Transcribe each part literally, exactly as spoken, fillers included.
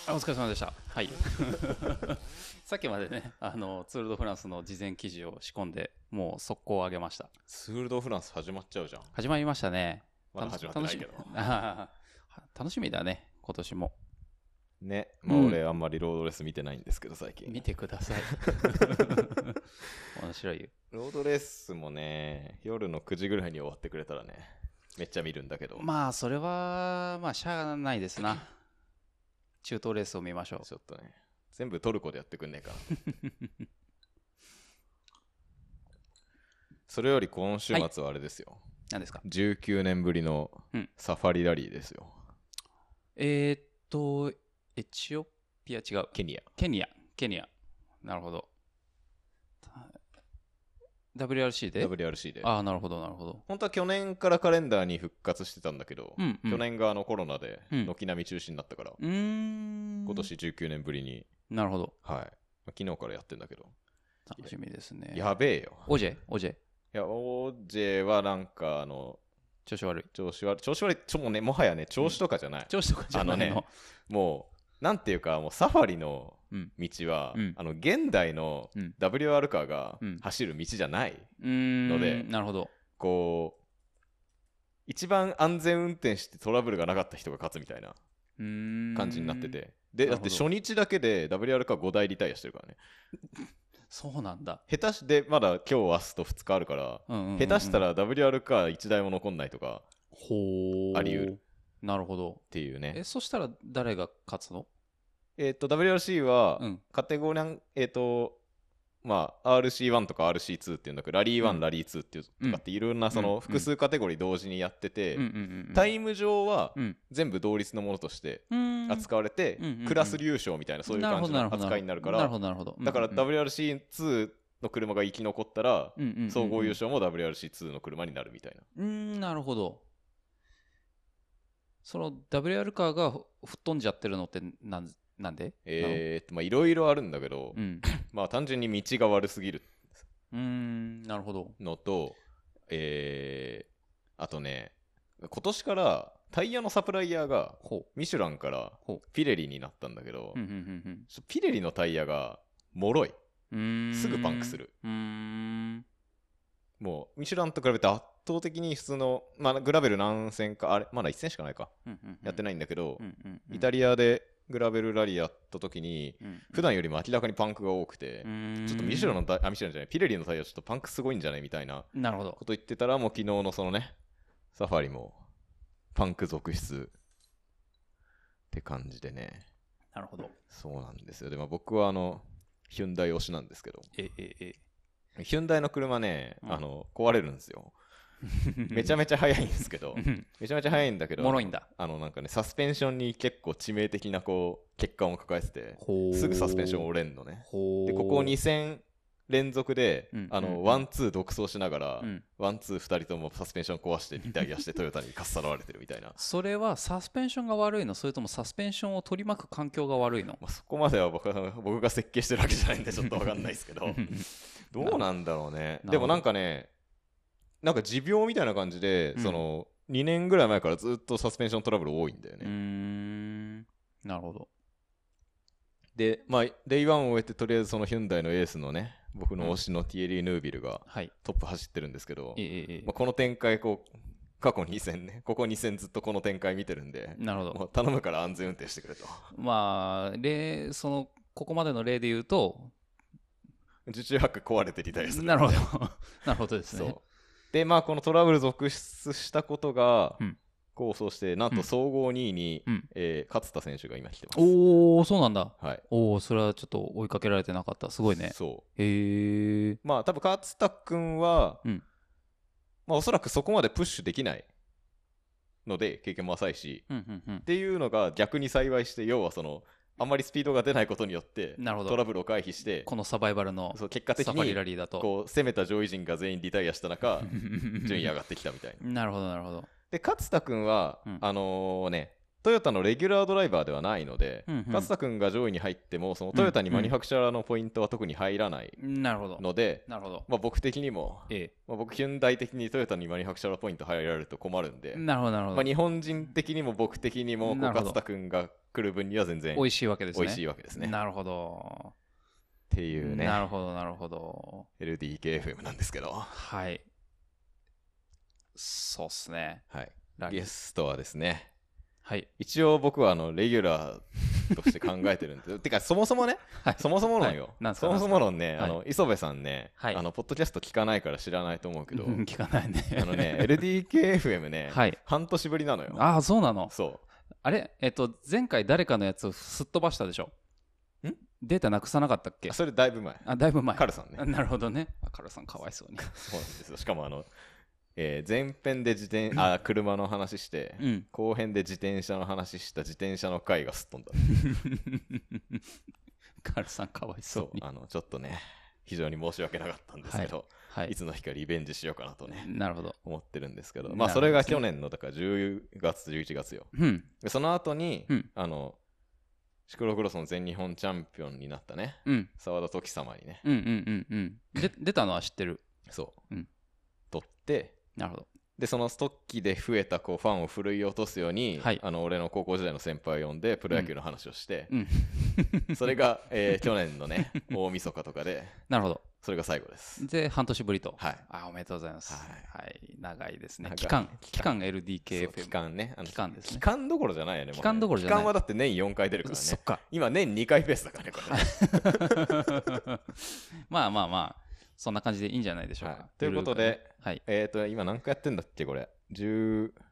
あ、お疲れ様でした。はい。さっきまでね、あの、ツール・ド・フランスの事前記事を仕込んで、もう速攻上げました。 ツール・ド・フランス始まっちゃうじゃん。 始まりましたね。 まだ始まってないけど。 楽しみあー楽しみだね、今年も。 ね、まあうん俺あんまりロードレース見てないんですけど最近。 見てください。面白いよ。 ロードレースもね、夜のくじぐらいに終わってくれたらね、めっちゃ見るんだけど。 まあ、それは、まあ、しゃあないですな。中東レースを見ましょう。 ちょっとね、全部トルコでやってくんねえかな。それより今週末はあれですよ。 何ですか？ じゅうきゅうねんぶりのうんサファリラリーですよ。 えーっと、エチオピア違う。 ケニア。 ケニア。ケニア。なるほど。ダブリューアールシー でダブリューアールシー で。 ああ、なるほど、なるほど。 本当は去年からカレンダーに復活してたんだけど、 うんうん去年があのコロナでうん軒並み中止になったから、 うーん。 今年じゅうきゅうねんぶりに、 なるほど。 はい。まあ昨日からやってんだけど、 楽しみですね。 やべえよ。 オジェオジェいや、オージェはなんか、あの、 調子悪い。 調子悪い、調子悪い、ちょもうね、もはやね、調子とかじゃない。 調子とかじゃないの。 あのね、もう、なんていうか、もうサファリのうん。 道は、 うんあの、現代のうん。 ダブリューアール カーがうん走る道じゃない。 うーん。 のでなるほど。 こう、一番安全運転してトラブルがなかった人が勝つみたいなうーん。 感じになってて。で、 なるほどだって初日だけで ダブリューアール カーごだいリタイアしてるからね。 そうなんだ。 下手しで、まだ今日明日とふつかあるから、 うんうんうんうん。 下手したら ダブリューアール カーいちだいも残んないとかほー。 あり得る。 なるほど。 っていうね。 え、そしたら誰が勝つの？ えっと、ダブリューアールシー はう、ん。 カテゴリー、えっと、まあ、アールシーワン とか アールシーツー っていうんだけど、ラリーワン、 うんラリーツーっていううんとかっていろんなそうんの複数カテゴリー同時にやってて、 うんうんうんうん。 タイム上はうん。 全部同率のものとしてうーん。 扱われてうんうんうん、 クラス優勝みたいなそういう感じの扱いになるから、 なるほど、なるほど。 だからうんうんダブリューアールシーツー の車が生き残ったら、 うんうんうんうん総合優勝も ダブリューアールシーツー の車になるみたいな。 うーん、なるほど。その ダブリューアール カーがふ吹っ飛んじゃってるのってなんなんで？ えーっと、まあいろいろあるんだけどなの、うん。 まあ単純に道が悪すぎるうーん、なるほど。 のと、えー、あとね、今年からタイヤのサプライヤーがほミシュランからほピレリになったんだけどう。うん、うん、うんちょピレリのタイヤが脆い。 うん。うーん。 すぐパンクする。 うーん。 もうミシュランと比べて圧倒的に普通の、まあ、グラベル何戦か、あれまだいち戦しかないか、 うんうんうんやってないんだけど、 うんうんうん。 イタリアでグラベルラリーやった時にうんうん普段よりも明らかにパンクが多くて、 うーんちょっとミシュランのタイあミシュランじゃないピレリのタイヤちょっとパンクすごいんじゃないみたいななるほどこ。と言ってたら、もう昨日のそのねサファリもパンク続出って感じでね。 なるほど。 そうなんですよ。で、まあ、僕はあのヒュンダイ推しなんですけど、 えええヒュンダイの車ね、 うんあの壊れるんですよ。めちゃめめちゃ速いんですけどうんめちゃめちゃ速いんだけど、 もろいんだ。 あのなんかねサスペンションに結構致命的なこう欠陥を抱えてて、 ほーすぐサスペンション折れんのね。 ほーでここに戦連続で、 うんあの、 うんワンツー独走しながら、 うんワンツーふたりともサスペンション壊してリタイアしてトヨタにかっさらわれてるみたいな、 それはサスペンションが悪いの？それともサスペンションを取り巻く環境が悪いの？ まあ、そこまでは僕は僕が設計してるわけじゃないんでちょっとわかんないですけどどうなんだろうね。でもなんかねなんか持病みたいな感じで、 うんそのにねんぐらい前からずっとサスペンショントラブル多いんだよね。 うーん。なるほど。 で、まあ、デイワンを終えてとりあえずそのヒュンダイのエースのね僕の推しのティエリー・ヌービルがはい。 トップ走ってるんですけど、 ええええまあ、この展開こう過去に戦ねここに戦ずっとこの展開見てるんで、 なるほど。 もう頼むから安全運転してくれと。 まあ、例、その、ここまでの例で言うと、 受注ハック壊れてリタイアする、 なるほど。なるほどですね。 そうでまあこのトラブル続出したことがうん功を奏して、なんと総合にいに、 うんえー勝田選手が今来てます。 おー、そうなんだ。 はい、 おー、それはちょっと追いかけられてなかった。すごいね。 そへえ。 うまあ多分勝田君は、 うんまあおそらくそこまでプッシュできないので経験も浅いしうんうんうんっ。ていうのが逆に幸いして、要はそのあんまりスピードが出ないことによってなるほどトラブルを回避して、 このサバイバルのそう結果的サファリにラリーだと。 こう攻めた上位陣が全員リタイアした中順位上がってきたみたいな。 なるほど、なるほど。 で勝田君は、 うんあのねトヨタのレギュラードライバーではないので、 うんうん、 勝田君が上位に入ってもそのトヨタにマニファクチャラーのポイントは特に入らないので、 なるほど、 まあ、僕的にも、 ええ、 まあ、僕ヒュンダイ的にトヨタにマニファクチャラーポイント入られると困るんで、 なるほどなるほど、 まあ、日本人的にも僕的にもこう勝田君が来る分には全然美味しいわけですね。 美味しいわけですね。 なるほど。 っていうね。 なるほどなるほど。 エルディーケーエフエム なんですけど。 はい。そうっすね。 はい。ゲストはですね。 はい。 一応僕はあのレギュラーとして考えてるんですてかそもそもね、はい、そもそも論よ、はい、そもそも論ね、はい、あの磯部さんね、はい、あのポッドキャスト聞かないから知らないと思うけど、 聞かないね。 あのね エルディーケーエフエム ね、はい、半年ぶりなのよ。 ああそうなの。 そう。 あれえっと前回誰かのやつをすっ飛ばしたでしょ。んデータなくさなかったっけ。 それだいぶ前。 あだいぶ前。 カルさんね。 なるほどね。カルさんかわいそうに。 そうなんですよ。しかもあのえー、前編で自転あ車の話して、うん、後編で自転車の話した自転車の回がすっ飛んだ。 カルさんかわいそうに。 そうあのちょっとね非常に申し訳なかったんですけど、はいはい、いつの日かリベンジしようかなとねなるほど思ってるんですけど、まあそれが去年のだからじゅうがつじゅういちがつよ、うん、でその後に、うん、あのシクロクロスの全日本チャンピオンになったね、うん、澤田時様にね、 うんうんうんうん、で出たのは知ってる。 そう、うん、取ってなるほど。 でそのストッキで増えたこうファンを奮い落とすように、はい、あの俺の高校時代の先輩を呼んでプロ野球の話をして、うんうん、それが、えー、去年のね大晦日とかでなるほどそれが最後です。 で半年ぶりと、 はい、 あおめでとうございます、はいはい、長いですね。期間期間 エルディーケーエフエム期間ねあの期間ですね。 期間どころじゃないよね。 期間どころじゃない。 期間はだって年よんかい出るからね。 そっか今年にかいペースだからねこれねまあまあまあそんな感じでいいんじゃないでしょうか、はい、 ということで、はい、えっ、ー、と今何回やってんだっけこれじゅう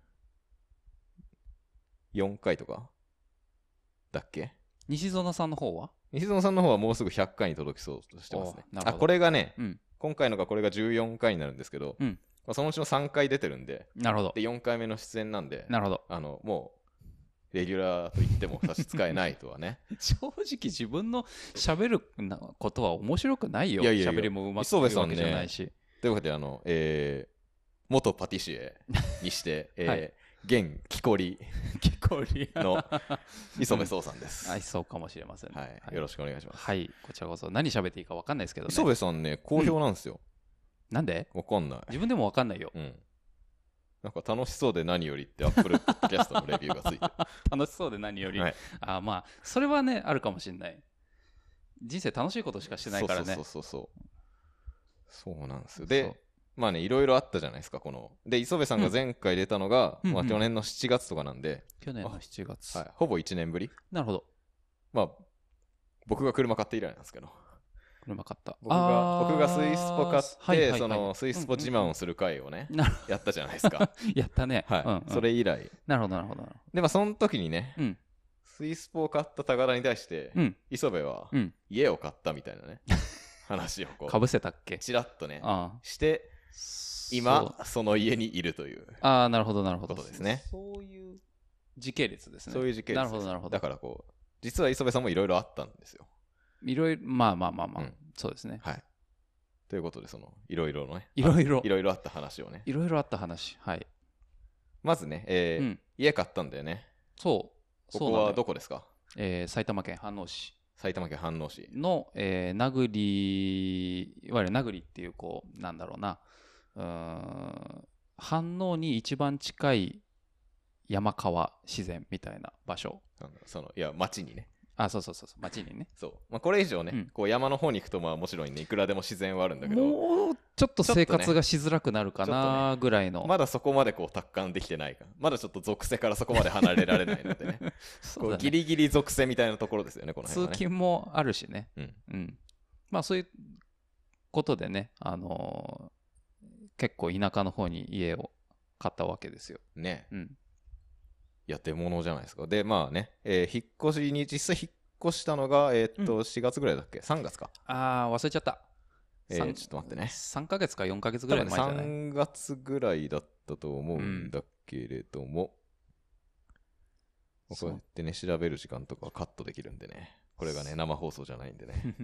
よんかいとかだっけ。 西園さんの方は西園さんの方はもうすぐひゃっかいに届きそうとしてますね。あこれがね、うん、今回のがこれがじゅうよんかいになるんですけど、うん、まあ、そのうちのさんかい出てるんで、 なるほど。 でよんかいめの出演なんで、 なるほど。 あのもうレギュラーと言っても差し支えないとはね正直自分の喋ることは面白くないよ。いやいやいや喋りもうまくいるわけじゃないし、ね、 ということであの、えー、元パティシエにして、えーはい、現木こりの磯部壮さんです。 はい、そうかもしれません、ね、 はいはい、よろしくお願いします。 はい、こちらこそ何喋っていいか分かんないですけどね。 磯部さんね好評なんですよ、 うん、なんで分かんない。 自分でも分かんないよ、 うん、なんか楽しそうで何よりってアップルポッドキャストのレビューがついて楽しそうで何より、 はい、 あまあそれはねあるかもしれない。人生楽しいことしかしてないからね。 そうそうそうそうそうなんですよ。でまあねいろいろあったじゃないですかこので磯部さんが前回出たのが、うんまあ、去年のしちがつとかなんで、 去年のしちがつ、 はい、ほぼいちねんぶり。 なるほど。 まあ僕が車買って以来なんですけど、 車買った僕が僕がスイスポ買って、はいはいはい、そのスイスポ自慢をする回をね、うんうん、やったじゃないですかやったね、 はい、うんうん、それ以来。 なるほどなるほど。 でまあその時にね、うん、スイスポを買った高田に対して、うん、磯部は家を買ったみたいなね、話をこうかぶせたっけちらっとねして今 そ, その家にいるというああなるほどなるほどことですね。 そういう時系列ですね。 そういう時系列です。 なるほどなるほど。 だからこう実は磯部さんもいろいろあったんですよ。 いろいろまあまあまあまあ、うん、そうですね。 はいということでそのいろいろのねいろいろいろいろあった話をねいろいろあった話はいまずね、えーうん、家買ったんだよね。 そうここはどこですか。 えー、埼玉県飯能市埼玉県飯能市の、えー、名栗いわゆる名栗っていうこうなんだろうなうーん飯能に一番近い山川自然みたいな場所。 そのいや町にねあそうそうそうそう町にねそう、まあ、これ以上ね、うん、こう山の方に行くとまあもちろんねいくらでも自然はあるんだけどもうちょっと生活がしづらくなるかなぐらいの、 ね、まだそこまでこう達観できてないかまだちょっと属性からそこまで離れられないのでねこうギリギリ属性みたいなところですよねこの辺はね。 通勤もあるしね、 うんうん、まあそういうことでね、あのー、結構田舎の方に家を買ったわけですよね、 うん、 いや出物じゃないですか。でまあね、えー、引っ越しに実際引っ越したのが、えー、っと、うん、しがつぐらいだっけさんがつか。 あー忘れちゃった、 えー、ちょっと待ってねさんかげつかよんかげつぐらい前じゃない。さんがつぐらいだったと思うんだけれども、うん、こうやってね調べる時間とかカットできるんでねこれがね生放送じゃないんでね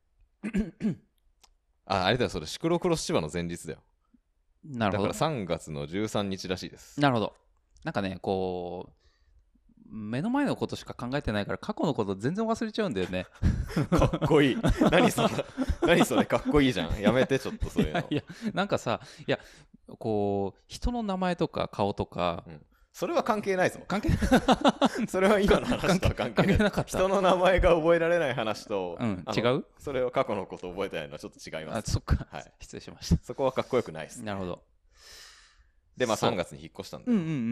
ああれだよそれシクロクロス千葉の前日だよ。 なるほど。 だからさんがつのじゅうさんにちらしいです。 なるほど。なんかねこう目の前のことしか考えてないから過去のこと全然忘れちゃうんだよねかっこいい何そんな何それかっこいいじゃんやめてちょっとそういうの。 いやなんかさいやこう人の名前とか顔とか、うんそれは関係ないぞ。 関係ないそれは今の話とは関係ない。 なかった。 人の名前が覚えられない話と、 うん、違うそれを過去のことを覚えてないのはちょっと違います。 あ、そっか、はい、失礼しました。 そこはかっこよくないです、ね。 なるほど。 で、まあさんがつに引っ越したんで。 うんうんうんうん。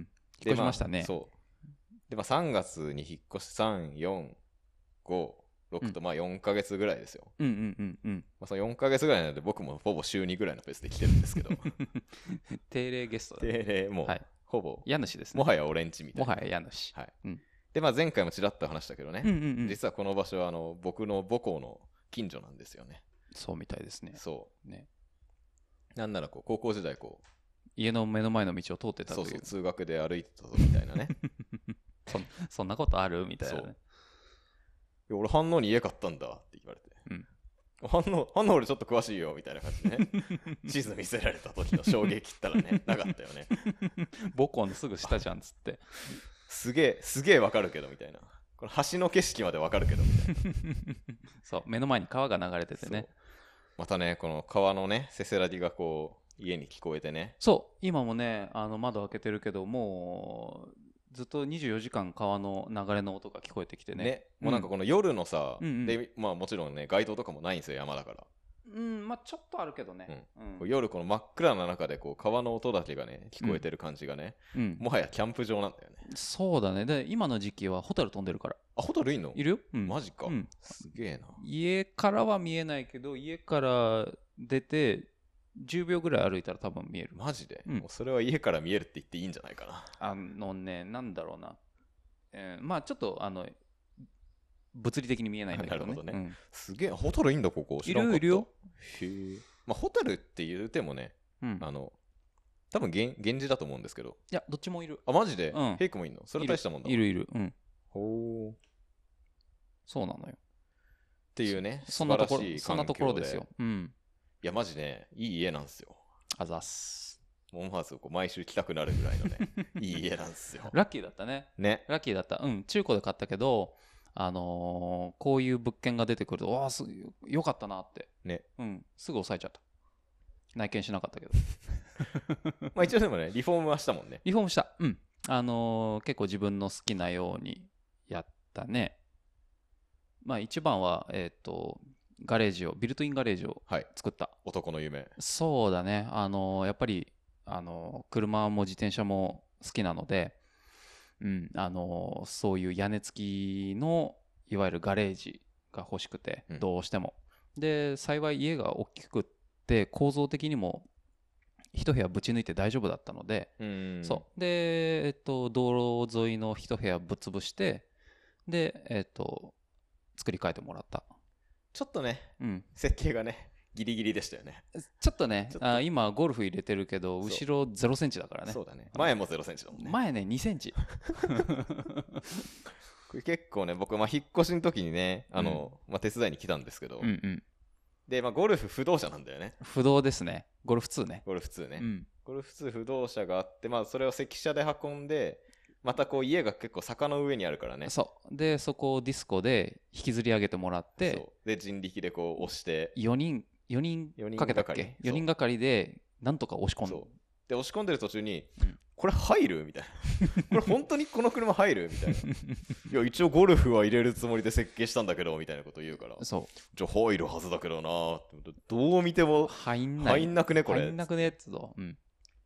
引っ越しましたね。 まあ、そう。で、まあさんがつに引っ越しさん、よん、ご、ろくと、まあよんかげつぐらいですよ。 うんうんうんうん。 まあそのよんかげつぐらいなので僕もほぼ週にぐらいのペースで来てるんですけど。 定例ゲストだ、 ね。定例、もう。はいほぼ家主ですね。 もはや俺んちみたいな。 もはや家主。 はい。うん、で、まあ前回もちらっと話したけどね、 うんうんうん、 実はこの場所はあの僕の母校の近所なんですよね。 そうみたいですね。 そう。ね。なんならこう高校時代こう家の目の前の道を通ってたという。 そうそう通学で歩いてたぞみたいなね。 そ, そんなことあるみたいなね。 そう俺反応に家買ったんだって言われて。うん反応、反応俺ちょっと詳しいよみたいな感じでね地図見せられた時の衝撃ったらねなかったよね母校のすぐ下じゃんっつってすげえすげえわかるけどみたいなこの橋の景色までわかるけどみたいなそう目の前に川が流れててねまたねこの川のねせせらぎがこう家に聞こえてねそう今もねあの窓開けてるけどもうずっとにじゅうよじかん川の流れの音が聞こえてきてね。 ね、もうなんかこの夜のさ、うん、でまあもちろんね街灯とかもないんですよ山だから。 うんまあちょっとあるけどね。 うんうん、夜この真っ暗な中でこう川の音だけがね聞こえてる感じがね、うん、もはやキャンプ場なんだよね。 そうだね。で今の時期はホタル飛んでるから。 あホタルいんの？ いるよ。 うん、マジか、うん。すげえな。 家からは見えないけど家から出て。じゅうびょうぐらい歩いたら多分見える。 マジで、うん、もうそれは家から見えるって言っていいんじゃないかな。 あのねなんだろうな、えー、まあちょっとあの物理的に見えないんだけどね。なるほどね、うん、 すげえホタルいんだここ。知らんかった。 いるいるよ。 へえ。まあホタルって言うてもね、うん、あの多分源氏だと思うんですけど。 いやどっちもいる。 あマジで？うん、ヘイクもいんの？それ大したもんだ。 いるいる。うん。 ほう。 そうなのよ。 っていうねそんなところそんなところですよ。うん。 いやマジねいい家なんですよ。 あざっす。 モンハウスをこう毎週来たくなるぐらいのねいい家なんですよ。 ラッキーだったね。 ね。 ラッキーだった。うん中古で買ったけど、あのー、こういう物件が出てくるとわあすよかったなってね。 うんすぐ抑えちゃった。内見しなかったけど。 まあ一応でもねリフォームはしたもんね。 リフォームした。うんあのー、結構自分の好きなようにやったね。まあ一番はえっ、ー、と。ガレージをビルトインガレージを作った、はい、 男の夢。 そうだねあのやっぱりあの車も自転車も好きなので、うん、あのそういう屋根付きのいわゆるガレージが欲しくて、うん、どうしてもで幸い家が大きくって構造的にも一部屋ぶち抜いて大丈夫だったので、うんそうで、えっと、道路沿いの一部屋ぶっ潰してで、えっと、作り変えてもらった。 ちょっとね、うん、設計がねギリギリでしたよね。 ちょっとねとあ今ゴルフ入れてるけど後ろゼロセンチだからね。 そうだね前もゼロセンチだもんね。 前ねにセンチこれ結構ね僕、まあ、引っ越しの時にねあの、うんまあ、手伝いに来たんですけど、うんうん、で、まあ、ゴルフ不動車なんだよね。 不動ですね。ゴルフツーね。 ゴルフツーね、うん、ゴルフツー不動車があって、まあ、それを関車で運んでまたこう家が結構坂の上にあるからね。 そうでそこをディスコで引きずり上げてもらってそうで人力でこう押してよにんよにんかけたっけよにんがかりでなんとか押し込んでで押し込んでる途中に、うん、これ入るみたいなこれ本当にこの車入るみたいないや一応ゴルフは入れるつもりで設計したんだけどみたいなこと言うからそうじゃあ入るはずだけどなどう見ても入んない入んなくねこれ入んなくねっつううん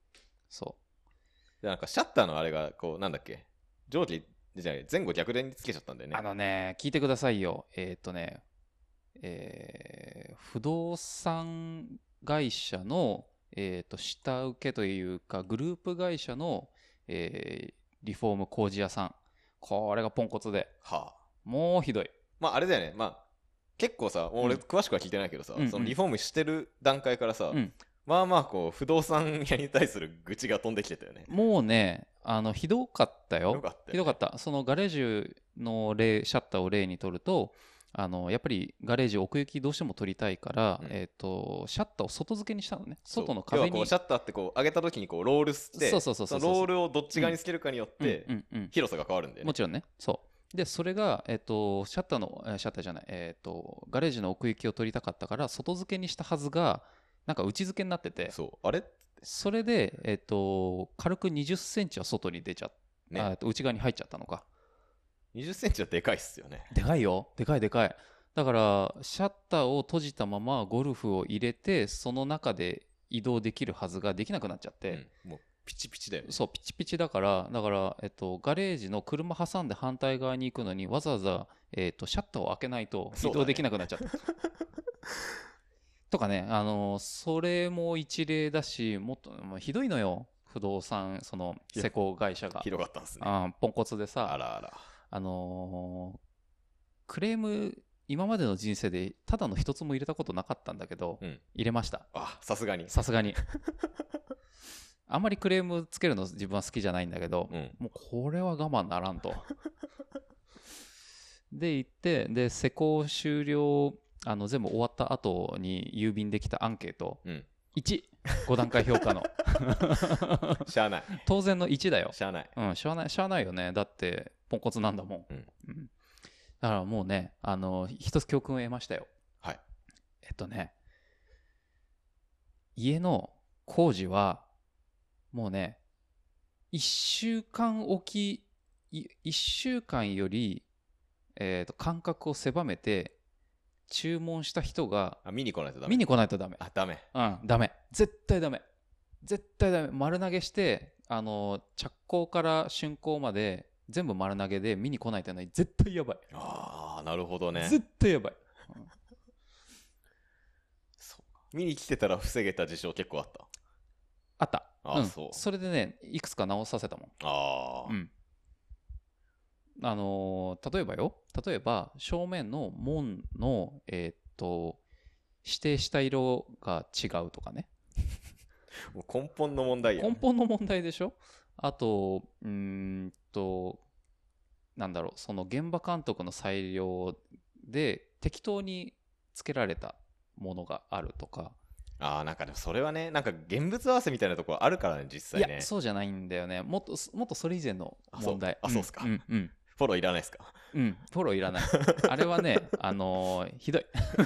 そうでなんかシャッターのあれがこうなんだっけ上記じゃ前後逆につけちゃったんだよね。 あのね聞いてくださいよ。えー、っとね、えー、不動産会社の、えー、っと下請けというかグループ会社の、えー、リフォーム工事屋さんこれがポンコツで、はあ、もうひどい。 まああれだよねまあ結構さ俺詳しくは聞いてないけどさ、うん、そのリフォームしてる段階からさ、うん、まあまあこう不動産屋に対する愚痴が飛んできてたよね。 もうねあのひどかったよ。 ひどかったよね、 ひどかった。そのガレージの例シャッターを例にとるとあのやっぱりガレージ奥行きどうしても取りたいから、うん、えー、とシャッターを外付けにしたのね。外の壁に。 要はこうシャッターってこう上げた時にこうロールして、 そうそうそうそう、 そのロールをどっち側につけるかによって広さが変わるんだよね。 もちろんね。そうでそれが、えー、とシャッターのシャッターじゃない、えー、とガレージの奥行きを取りたかったから外付けにしたはずがなんか内付けになってて、 そうあれそれで、えー、と軽くにじゅっセンチは外に出ちゃっ、ね、あ内側に入っちゃったのか。 にじゅっセンチはでかいっすよね。 でかいよ、でかいでかい。だからシャッターを閉じたままゴルフを入れてその中で移動できるはずができなくなっちゃって、 うん、もうピチピチだよね。 そうピチピチだからだから、えっと、ガレージの車挟んで反対側に行くのにわざわざ、えっと、シャッターを開けないと移動できなくなっちゃった、ね、とかね、あのそれも一例だし、もっと、まあ、ひどいのよ不動産その施工会社が広がったんですね。 あポンコツでさ、 あらあら、 あのー、クレーム今までの人生でただの一つも入れたことなかったんだけど、うん、入れました。 あ、さすがにさすがにあんまりクレームつけるの自分は好きじゃないんだけど、うん、もうこれは我慢ならんとで行ってで施工終了あの全部終わった後に郵便できたアンケート、うん、いちご段階評価のしゃあない当然のいちだよ。 しゃあない、 うん、しゃあないしゃあないよね。だってポンコツなんだもん、うんうん、だからもうね、あの一つ教訓を得ましたよ。 はい。 えっとね、家の工事はもうね、いっしゅうかんおき、いっしゅうかんより、えー、と間隔を狭めて注文した人があ見に来ないとダメ。 見に来ないとダメ。 あ、ダメ。 うん、ダメ。絶対ダメ。絶対ダメ。丸投げして、あの着工から竣工まで全部丸投げで見に来ないというのは絶対やばい。 ああ、なるほどね。 絶対やばい、うん、 そう見に来てたら防げた事象結構あった。 あった。 あ、うん、そう。 それでねいくつか直させたもん。 ああ、 うん。あのー、例えばよ例えば正面の門のえー、っと指定した色が違うとかねもう根本の問題や、ね、 根本の問題でしょ。あとうーんとなんだろうその現場監督の裁量で適当につけられたものがあるとか。 ああ、なんかでもそれはね、なんか現物合わせみたいなところあるからね、実際ね。 いやそうじゃないんだよね。もっともっとそれ以前の問題。 あ、そうっすか、 うんうん、 フォローいらないですか。 うん、フォローいらないあれはねあのー、ひどい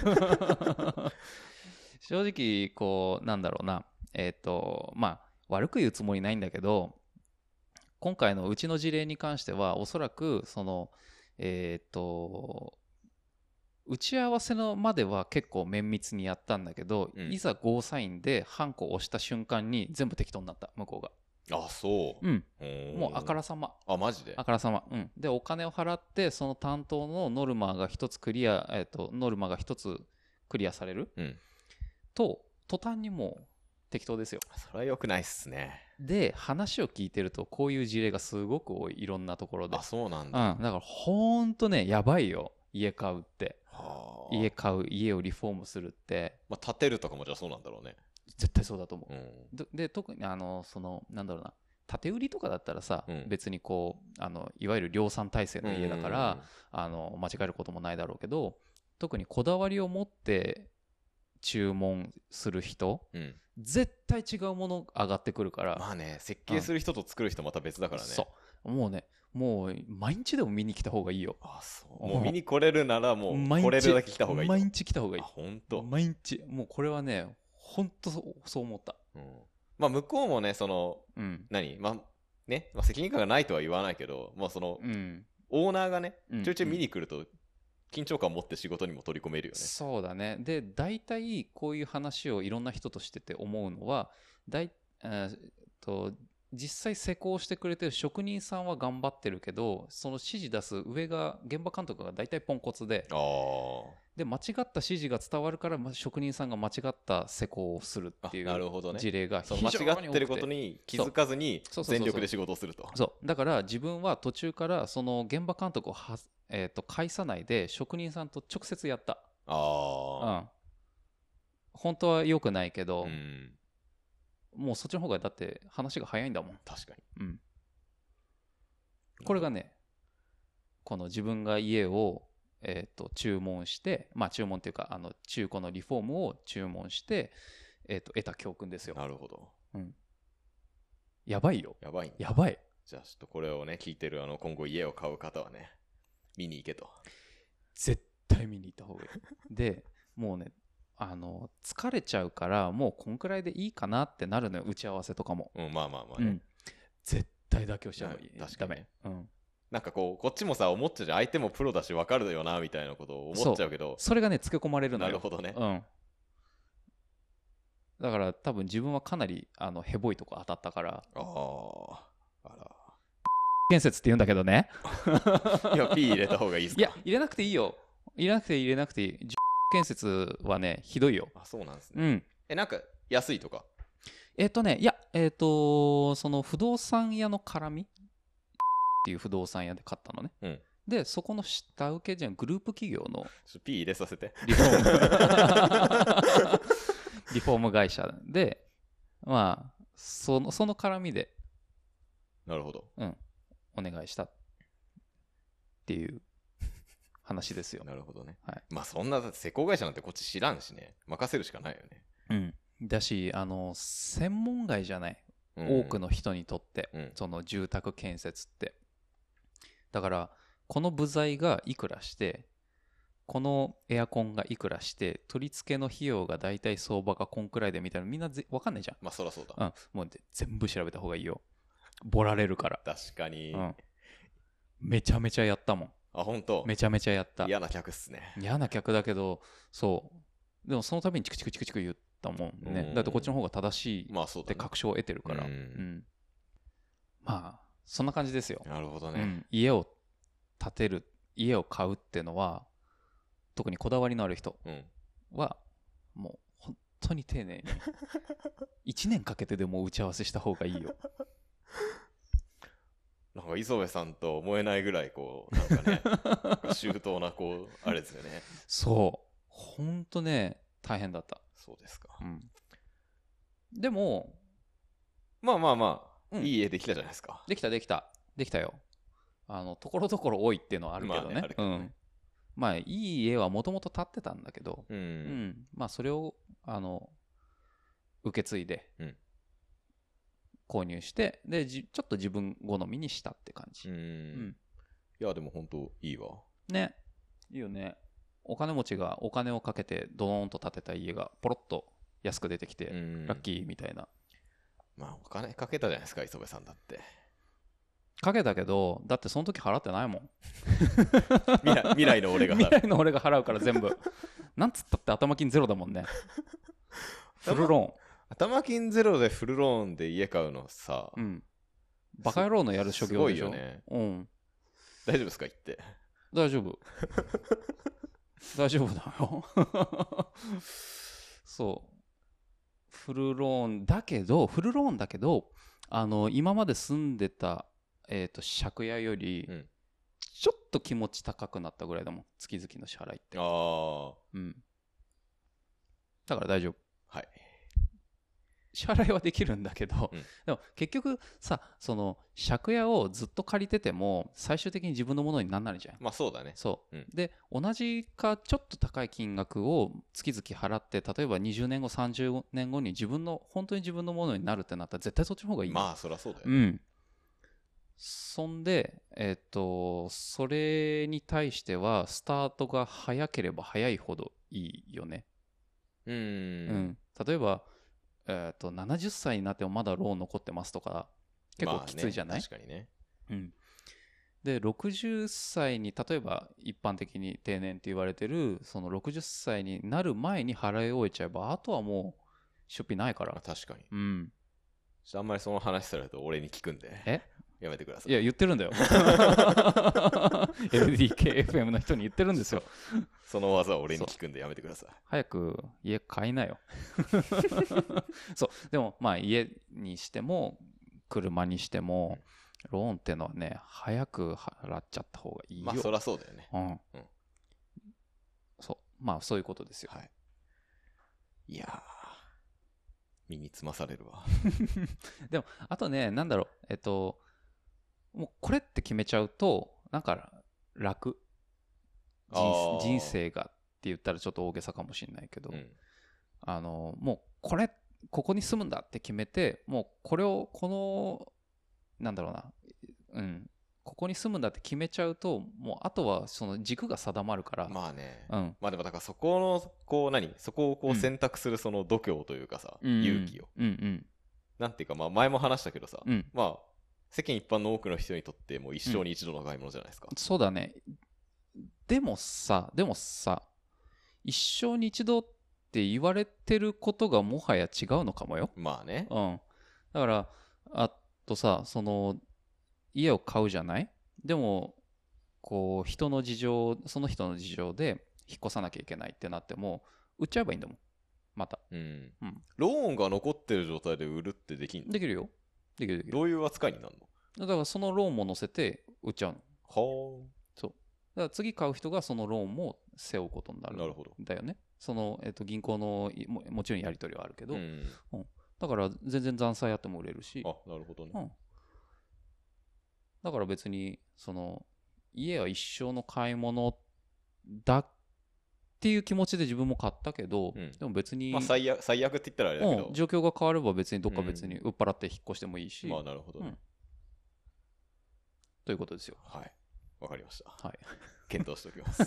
正直こうなんだろうなえっ、ー、とまあ悪く言うつもりないんだけど今回のうちの事例に関してはおそらくそのえっ、ー、と打ち合わせのまでは結構綿密にやったんだけど、うん、いざゴーサインでハンコを押した瞬間に全部適当になった向こうが。 あ、そう。 うん。もうあからさま。 あ、マジで。 あからさま。うん。で、お金を払って、その担当のノルマが一つクリア、えっと、ノルマが一つクリアされる。うん。と、途端にもう適当ですよ。 それは良くないっすね。 で、話を聞いてると、こういう事例がすごく多い。いろんなところで。 あ、そうなんだ。 うん。だから、ほんとね、やばいよ。家買うって。 はあ。家買う、家をリフォームするって。 まあ、建てるとかもじゃあそうなんだろうね。 絶対そうだと思う。うん、で, で特にあのそのなんだろうな建て売りとかだったらさ、うん、別にこうあのいわゆる量産体制の家だから、あの間違えることもないだろうけど特にこだわりを持って注文する人、うん、絶対違うもの上がってくるから。 まあね設計する人と作る人また別だからね、うん、 そうもうねもう毎日でも見に来た方がいいよ。 あ、そうもう見に来れるならもう来れるだけ来た方がいい。 毎日来た方がいい。 あ、本当。 毎日もうこれはね本当そうそう思った、 うん、まあ向こうもねその、うん、何まあね、まあ、責任感がないとは言わないけど、まあその、うん、オーナーがねちょいちょい見に来ると緊張感を持って仕事にも取り込めるよね、うん、 そうだね。で大体こういう話をいろんな人としてて思うのはだい、えー、と実際施工してくれてる職人さんは頑張ってるけどその指示出す上が現場監督が大体ポンコツで、 あで間違った指示が伝わるから職人さんが間違った施工をするっていう事例が非常に多くて、 間違ってることに気づかずに全力で仕事をすると。 そうだから自分は途中からその現場監督をは、えー、と介さないで職人さんと直接やった。 あ、 うん、本当は良くないけど、 うん、 もうそっちの方がだって話が早いんだもん。 確かに、うん、これがねこの自分が家をえー、と注文して、まあ注文っていうかあの中古のリフォームを注文して、えー、と得た教訓ですよ。 なるほど。 うん。やばいよ。 やばいんだ。 やばい。 じゃあちょっとこれをね聞いてるあの今後家を買う方はね見に行けと。 絶対見に行った方がいい。で、もうねあの疲れちゃうからもうこんくらいでいいかなってなるのよ、打ち合わせとかも。 うん、まあまあまあね。うん、 絶対妥協しちゃうの。 確かに、ね。 ダメ。うん。 なんかこうこっちもさ思っちゃうじゃん、相手もプロだし分かるよなみたいなことを思っちゃうけど、 そ, それがねつけ込まれるのよ。 なるほどね。 うん。だから多分自分はかなりあのヘボいとこ当たったから。 ああ、あら。 建設って言うんだけどね。 いや P 入れた方がいいですか。 いや入れなくていいよ。入れなくて入れなくていい。建設はねひどいよ。 あ、そうなんですね。 うん。 え、なんか安いとか。 えっ、ー、とねいやえっ、ー、とその不動産屋の絡みっていう不動産屋で買ったのね。 うん。 でそこの下請けじゃんグループ企業の P 入れさせてリフォームリフォーム会社でまあそのその絡みでなるほど、 うん、お願いしたっていう話ですよ。 なるほどね。 はい、 まあそんな施工会社なんてこっち知らんしね、任せるしかないよね。 うん。だしあの専門外じゃない、うん、多くの人にとって、うん、その住宅建設ってだからこの部材がいくらしてこのエアコンがいくらして取り付けの費用がだいたい相場がこんくらいでみたいなみんなぜ分かんないじゃん。 まあそらそうだ、 うん、もう全部調べた方がいいよ。ボラれるから。 確かに、 うん、めちゃめちゃやったもん。 あ、本当。 めちゃめちゃやった。 嫌な客っすね。 嫌な客だけどそうでもその度にチクチクチクチク言ったもんね。だってこっちの方が正しいって確証を得てるから、まあ、ね、うん、まあそんな感じですよ。 なるほどね、 うん、家を建てる家を買うっていうのは特にこだわりのある人はもう本当に丁寧にいちねんかけてでも打ち合わせした方がいいよ。 なんか磯部さんと思えないぐらいこうなんかね周到なこうあれですよね。 そう本当ね大変だった。 そうですか、 うん、でもまあまあまあ、うん、いい家できたじゃないですか。 できたできたできたよ。あのところどころ多いっていうのはあるけどね。まあね、うん、まあいい家はもともと建ってたんだけど、うんうん、まあそれをあの受け継いで購入して、うん、でじちょっと自分好みにしたって感じ。うん、うん、 いやでも本当いいわね。いいよね。お金持ちがお金をかけてドーンと建てた家がポロッと安く出てきて、うん、ラッキーみたいな。 まあお金かけたじゃないですか磯部さんだって。 かけたけどだってその時払ってないもん。 未来、未来の俺が払う。 未来の俺が払うから全部。なんつったって頭金ゼロだもんね。フルローン。 頭金ゼロでフルローンで家買うのさ、うん、 バカ野郎のやる職業でしょ。 すごいよね。 うん。 大丈夫ですか言って。 大丈夫。大丈夫だよ。そう。フルローンだけどフルローンだけどあの今まで住んでたえー、と借家よりちょっと気持ち高くなったぐらいだもん月々の支払いって。 ああ、 うん、だから大丈夫。 はい。 支払いはできるんだけど、うん、でも結局さその借家をずっと借りてても最終的に自分のものになんないじゃん。 まあそうだね。 そう、うん、で同じかちょっと高い金額を月々払って例えばにじゅうねんごさんじゅうねんごに自分の本当に自分のものになるってなったら絶対そっちの方がいい。 まあそりゃそうだよ、 ね、うん。そんで、えっと、それに対しては、スタートが早ければ早いほどいいよね。 うん。うん。 例えば、えっと、ななじゅっさいになってもまだローン残ってますとか、結構きついじゃない？ まあね、確かにね。 うん。で、ろくじゅっさいに、例えば一般的に定年って言われてる、そのろくじゅっさいになる前に払い終えちゃえば、あとはもう、出費ないから。 確かに。 うん。 あんまりその話されると俺に聞くんで。 えやめてください。 いや言ってるんだよ。エルディーケーエフエム の人に言ってるんですよ。 その技を俺に聞くんでやめてください。 早く家買いなよ。そうでもまあ家にしても車にしても、うん、ローンってのはね早く払っちゃった方がいいよ。 まあそりゃそうだよね。 うん。うん、そうまあそういうことですよ。 はい。いやー身につまされるわ。 でもあとねなんだろうえっともうこれって決めちゃうとなんか楽人人生がって言ったらちょっと大げさかもしれないけど、うん、あのもうこれここに住むんだって決めて、もうこれをこのなんだろうな、うん、ここに住むんだって決めちゃうと、もうあとはその軸が定まるから。 まあね、うん、まあでもだからそこのこう何そこをこう選択するその度胸というかさ、うん、勇気を、うんうん、なんていうか、まあ前も話したけどさ、うん、まあ世間一般の多くの人にとってもう一生に一度の買い物じゃないですか、 うん、そうだね。でもさでもさ一生に一度って言われてることがもはや違うのかもよ。 まあね、 うん、だからあとさ、その家を買うじゃない。でもこう人の事情その人の事情で引っ越さなきゃいけないってなっても売っちゃえばいいんだもんまた、うんうん、ローンが残ってる状態で売るってできんの？ できるよ。できるできる。 どういう扱いになるの？だからそのローンも乗せて売っちゃうの。 はあ。 そう。だから次買う人がそのローンも背負うことになる。 なるほど。 だよね。その、えっと、銀行の も, もちろんやり取りはあるけど、うんうん、だから全然残債やっても売れるし。 あ、なるほどね。 うん、だから別にその家は一生の買い物だっていう気持ちで自分も買ったけど、うん、でも別に、 まあ、最悪最悪って言ったらあれだけど、 うん、状況が変われば別にどっか別に売っ払って引っ越してもいいし、 うん、まあなるほどね、うん、 ということですよ。 はい、わかりました。 はい、 検討しておきます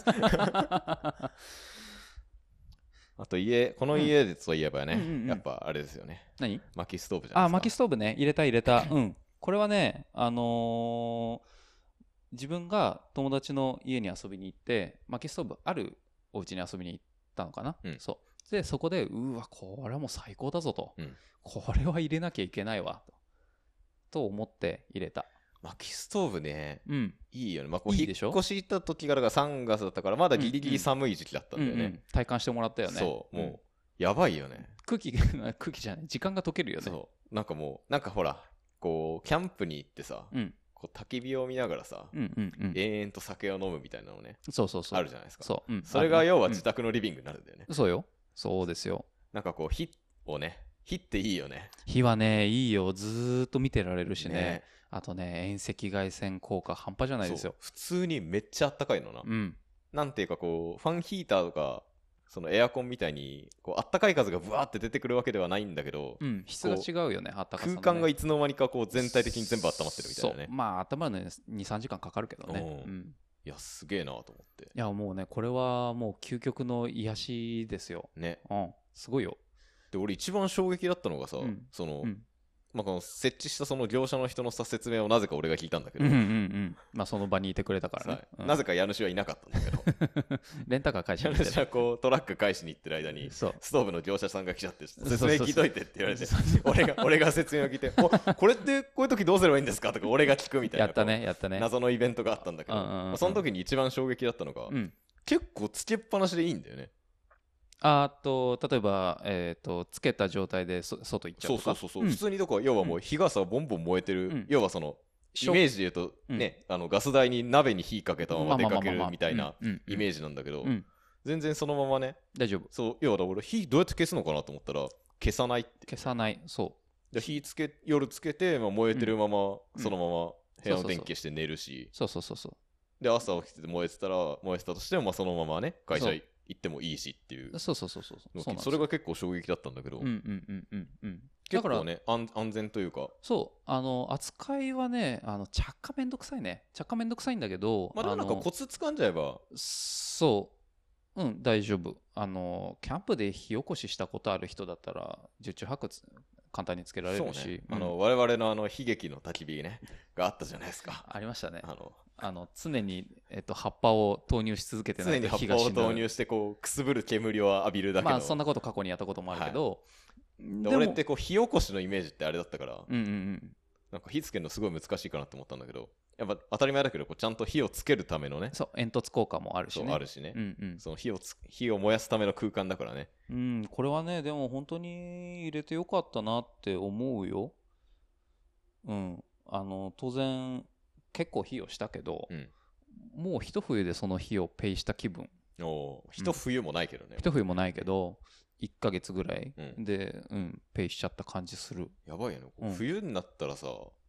あと家この家でといえばね、うんうんうんうん、やっぱあれですよね。 何？ 薪ストーブじゃないですか。 あ、薪ストーブね、入れた入れたうんこれはね、あのー、自分が友達の家に遊びに行って薪ストーブあるお家に遊びに行ったのかな、うん、そうでそこでうわこれはもう最高だぞと、うん、これは入れなきゃいけないわとと思って入れた。 薪ストーブね、うん、いいよね。まあ、こういいでしょ？ 引っ越し行った時からがさんがつだったからまだギリギリ寒い時期だったんだよね、うんうん、 体感してもらったよね。 そうもう、うん、やばいよね。 空気空気じゃない時間が溶けるよね。 そうなんかもうなんかほらこうキャンプに行ってさ、うん、こう焚き火を見ながらさ、うんうんうん、延々と酒を飲むみたいなのね、 そうそうそうあるじゃないですか。 そう、うん、 それが要は自宅のリビングになるんだよね、 うん、そうよ。そうですよ。 なんかこう火をね、火っていいよね。 火はねいいよ。ずーっと見てられるし ね, ねあとね遠赤外線効果半端じゃないですよ。 普通にめっちゃあったかいのな、うん、なんていうかこうファンヒーターとかそのエアコンみたいにこうあったかい風がブワーって出てくるわけではないんだけど、 うん、質が違うよね。あったかさのね、 空間がいつの間にかこう全体的に全部温まってるみたいなね。 そうまあ温まるのに にさんじかんかかるけどね、うん、 いやすげえなと思って。 いやもうねこれはもう究極の癒しですよね、うん、すごいよ。 で俺一番衝撃だったのがさ、うん、その、うんまあ、この設置したその業者の人のさ説明をなぜか俺が聞いたんだけど、うんうんうんまあ、その場にいてくれたからね、 うん、なぜか家主はいなかったんだけどレンタカー返しに行って家主はこうトラック返しに行ってる間にストーブの業者さんが来ちゃって説明聞いといてって言われて俺が俺が説明を聞いておこれってこういう時どうすればいいんですかとか俺が聞くみたいなやったねやったね謎のイベントがあったんだけど、うんうんうんまあ、その時に一番衝撃だったのが、うん、結構つけっぱなしでいいんだよね。 あと例えば、えー、とつけた状態でそ外行っちゃうとか。 そうそうそうそう、うん、普通にどこ要はもう日傘ボンボン燃えてる、うん、要はそのイメージで言うとね、うん、あのガス台に鍋に火かけたまま出かけるみたいなイメージなんだけど、全然そのままね大丈夫。 そう要は俺火どうやって消すのかなと思ったら消さないって。 消さない。そうで火つけ夜つけて、まあ、燃えてるまま、うん、そのまま部屋の電気消して寝るし、 そうそうそうそうで朝起きてて燃えてたら燃えてたとしても、まあ、そのままね会社行ってもいいしっていう。 そうそうそうそうそう。 それが結構衝撃だったんだけど、うんうんうんうんうん、結構ね安安全というか。 そうあの扱いはねあの着火めんどくさいね。着火めんどくさいんだけど、 まあでもなんかコツ掴んじゃえばそううん大丈夫。あのキャンプで火起こししたことある人だったら十中八九簡単につけられるし、ねうん、あの我々のあの悲劇の焚き火ねがあったじゃないですか。 ありましたね。あのあの常に、えっと、葉っぱを投入し続けてないと火が死ぬ。常に葉っぱを投入してこうくすぶる煙を浴びるだけの。 まあそんなこと過去にやったこともあるけど、 はい、俺ってこう火起こしのイメージってあれだったから、うんうんうん、なんか火つけるのすごい難しいかなと思ったんだけど、やっぱ当たり前だけどこうちゃんと火をつけるためのね、 そう煙突効果もあるしね。 そうあるしね、うんうん、その火をつ火を燃やすための空間だからね。 うん、これはねでも本当に入れてよかったなって思うよ。うん、あの当然結構火をしたけど、うん、もう一冬でその火をペイした気分。 お一冬もないけどね、 うん、一冬もないけどいっかげつぐらいで、うんうん、ペイしちゃった感じする。 やばいよね、うん、冬になったらさ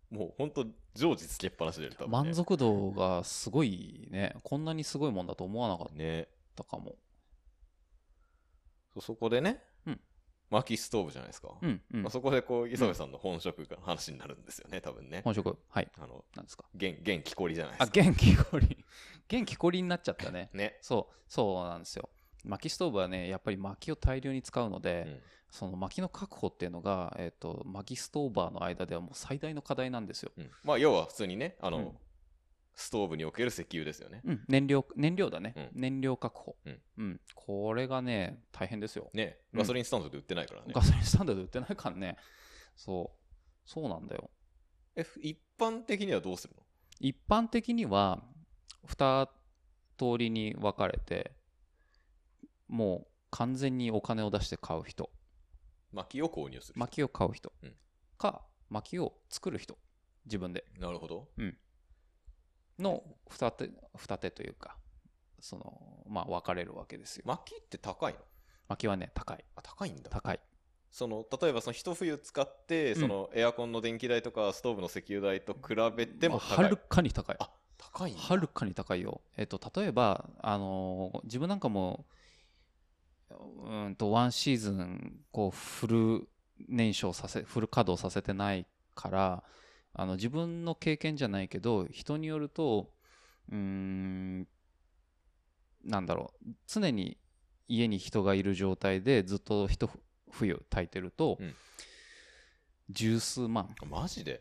もう本当常時つけっぱなしで、多分、ね、 満足度がすごいね。こんなにすごいもんだと思わなかったかも。ね、 そ, そこでね、 うん、 薪ストーブじゃないですか。 うんうん、 まあ、そこでこう磯部さんの本職が話になるんですよね、多分ね。 本職、はい。 あの、 なんですか。 元元気こりじゃないですか。あ、元気こり。元気こりになっちゃったね。 ね。 そう、そうなんですよ。薪ストーブはね、やっぱり薪を大量に使うので、うん、その薪の確保っていうのが、えっと、薪ストーバーの間ではもう最大の課題なんですよ。 うん、まあ、要は普通にね、あの、うん、ストーブにおける石油ですよね。 うん、燃料、燃料だね。 うん、 燃料確保、うん。うん。これがね、大変ですよ。 ね、ガソリンスタンドで売ってないからね。うん、 ガソリンスタンドで売ってないからね。そう。そうなんだよ。 え、一般的にはどうするの？ 一般的には、二通りに分かれて、もう完全にお金を出して買う人。 薪を購入する人。 薪を買う人。うん、か、薪を作る人。自分で。 なるほど。 うん。の二手、二手というか、その、まあ分かれるわけですよ。 薪って高いの？ 薪はね、高い。 あ、高いんだ。 高い。 その例えばその一冬使って、うん、そのエアコンの電気代とかストーブの石油代と比べても高い。 はるかに高い。 あ、高いんだ。 はるかに高いよ。えっと例えばあのー、自分なんかもうんとワンシーズンこうフル燃焼させフル稼働させてないからあの自分の経験じゃないけど人によるとうーんなんだろう常に家に人がいる状態でずっと一冬炊いてると、うん、十数万。 マジで？ うん。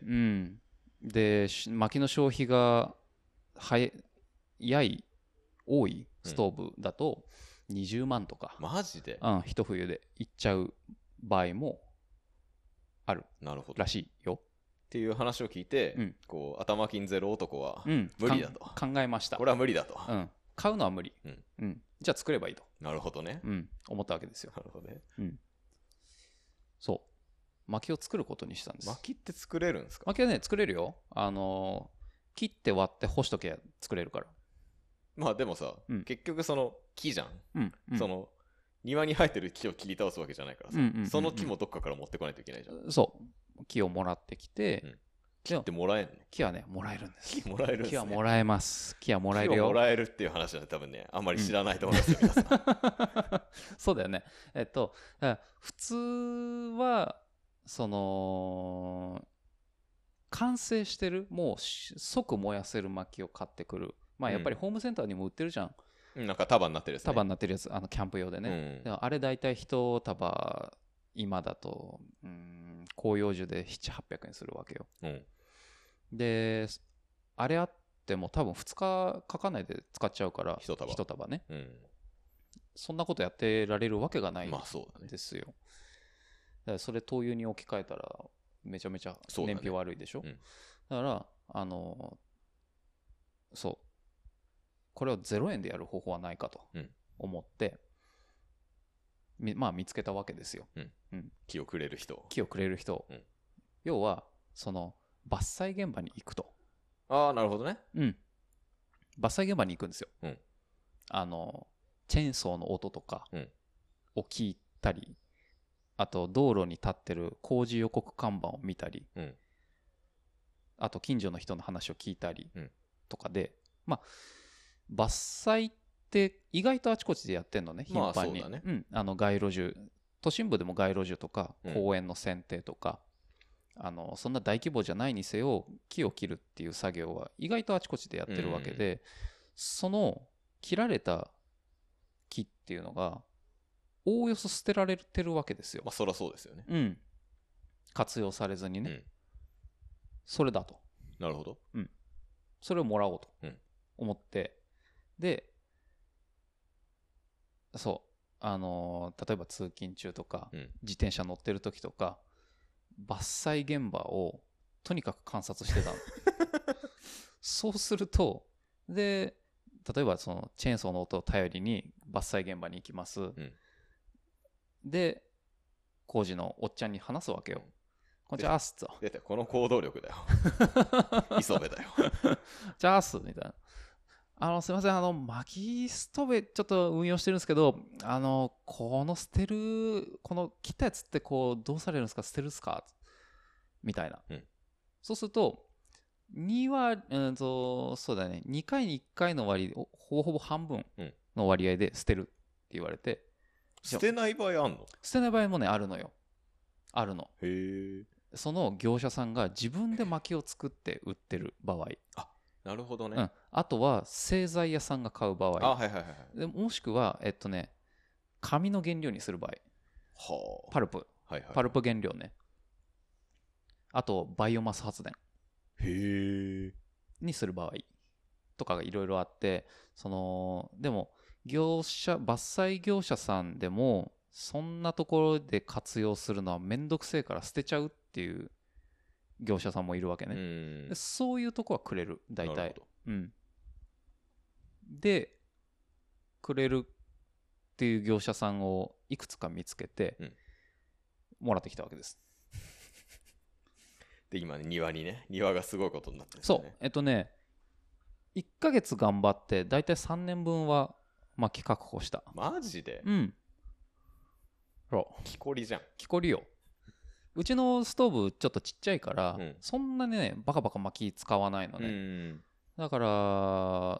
で薪の消費が早い多いストーブだとにじゅうまんとか、 うん、マジで？ うん、一冬でいっちゃう場合もあるらしいよっていう話を聞いて、うん、こう頭金ゼロ男は無理だと、 うん、考えました。 これは無理だと、 うん、買うのは無理、うんうん、じゃあ作ればいいと。 なるほどね、 うん、思ったわけですよ。 なるほどね、 うん、そう薪を作ることにしたんです。 薪って作れるんですか？ 薪はね作れるよ。あのー、切って割って干しとけば作れるから。 まあでもさ、うん、結局その木じゃん、 うんうん、 その庭に生えてる木を切り倒すわけじゃないからさ、うんうんうんうん、その木もどっかから持ってこないといけないじゃん。 そう木をもらってきて、うん、 木ってもらえんの？ 木はねもらえるんです。 木もらえるんですね。 木はもらえます。木はもらえるよ。 木をもらえるっていう話は多分ねあんまり知らないと思いますよ、うん、皆さんそうだよね。えっと普通はその完成してるもう即燃やせる薪を買ってくる。まあやっぱりホームセンターにも売ってるじゃん、 うん、なんか束になってるやつ、ね、 束になってるやつ、あのキャンプ用でね、うん、あれ大体一束今だとうん広葉樹でななひゃくはっぴゃくえんするわけよ、うん、であれあっても多分ふつかかかないで使っちゃうから一束一束ね、 うん、 そんなことやってられるわけがないんですよ、 まあそうだね、 だからそれ灯油に置き換えたらめちゃめちゃ燃費悪いでしょ、 だ,、ねうん、だからあのそうこれをゼロえんでやる方法はないかと思って、うん、まあ見つけたわけですよ、 うんうん、木をくれる人木をくれる人、うん、要はその伐採現場に行くと。 ああなるほどね、 うん、伐採現場に行くんですよ、 うん、 あのチェーンソーの音とかを聞いたり、あと道路に立ってる工事予告看板を見たり、うん、あと近所の人の話を聞いたりとかで、まあ伐採って意外とあちこちでやってんのね、頻繁に。まあそうだね。うん、あの街路樹、都心部でも街路樹とか公園の剪定とか、うん、あのそんな大規模じゃないにせよ木を切るっていう作業は意外とあちこちでやってるわけで、うん、その切られた木っていうのがおおよそ捨てられてるわけですよ。 まあそりゃそうですよね。 うん。活用されずにね。うん、それだと。 なるほど。 うん。それをもらおうと思って。うん、で、そう。あのー、例えば通勤中とか、うん、自転車乗ってる時とか、伐採現場をとにかく観察してたの。そうすると、で、例えばそのチェーンソーの音を頼りに伐採現場に行きます。うん、で、工事のおっちゃんに話すわけよ。こんにちはっすと。 出て、この行動力だよ。磯部だよ。 じゃあっすみたいな。あの、すいません、あの、薪ストーブちょっと運用してるんですけど、あの、この捨てる、この切ったやつってこう、どうされるんですか？捨てるんですか？みたいな。うん、 そうするとに割、うんと、そうだね、にかいにいっかいの割ほぼほぼ半分の割合で捨てるって言われて、 捨てない場合あんの？ 捨てない場合もね、あるのよ。あるの。 へえ。 その業者さんが自分で薪を作って売ってる場合。 あ、なるほどね。 うん。あとは製材屋さんが買う場合。 あ、はいはいはいはい。 でもしくは、えっとね、紙の原料にする場合。 はあ。 パルプ。 はいはいはい。 パルプ原料ね。あと、バイオマス発電。 へえ。 にする場合とかがいろいろあって、その、でも、業者、伐採業者さんでも、そんなところで活用するのはめんどくせえから捨てちゃうっていう業者さんもいるわけね。でそういうとこはくれる、大体。うん。で、くれるっていう業者さんをいくつか見つけて、うん、もらってきたわけです。 で、今、ね、庭にね、庭がすごいことになってるんですね。そう。えっとね、いっかげつ頑張って、だいたいさんねんぶんは薪確保した。 マジで？ うん。 そう。木こりじゃん。 木こりよ。うちのストーブちょっとちっちゃいから、うん、そんなにね、バカバカ薪使わないのね。うん、だから、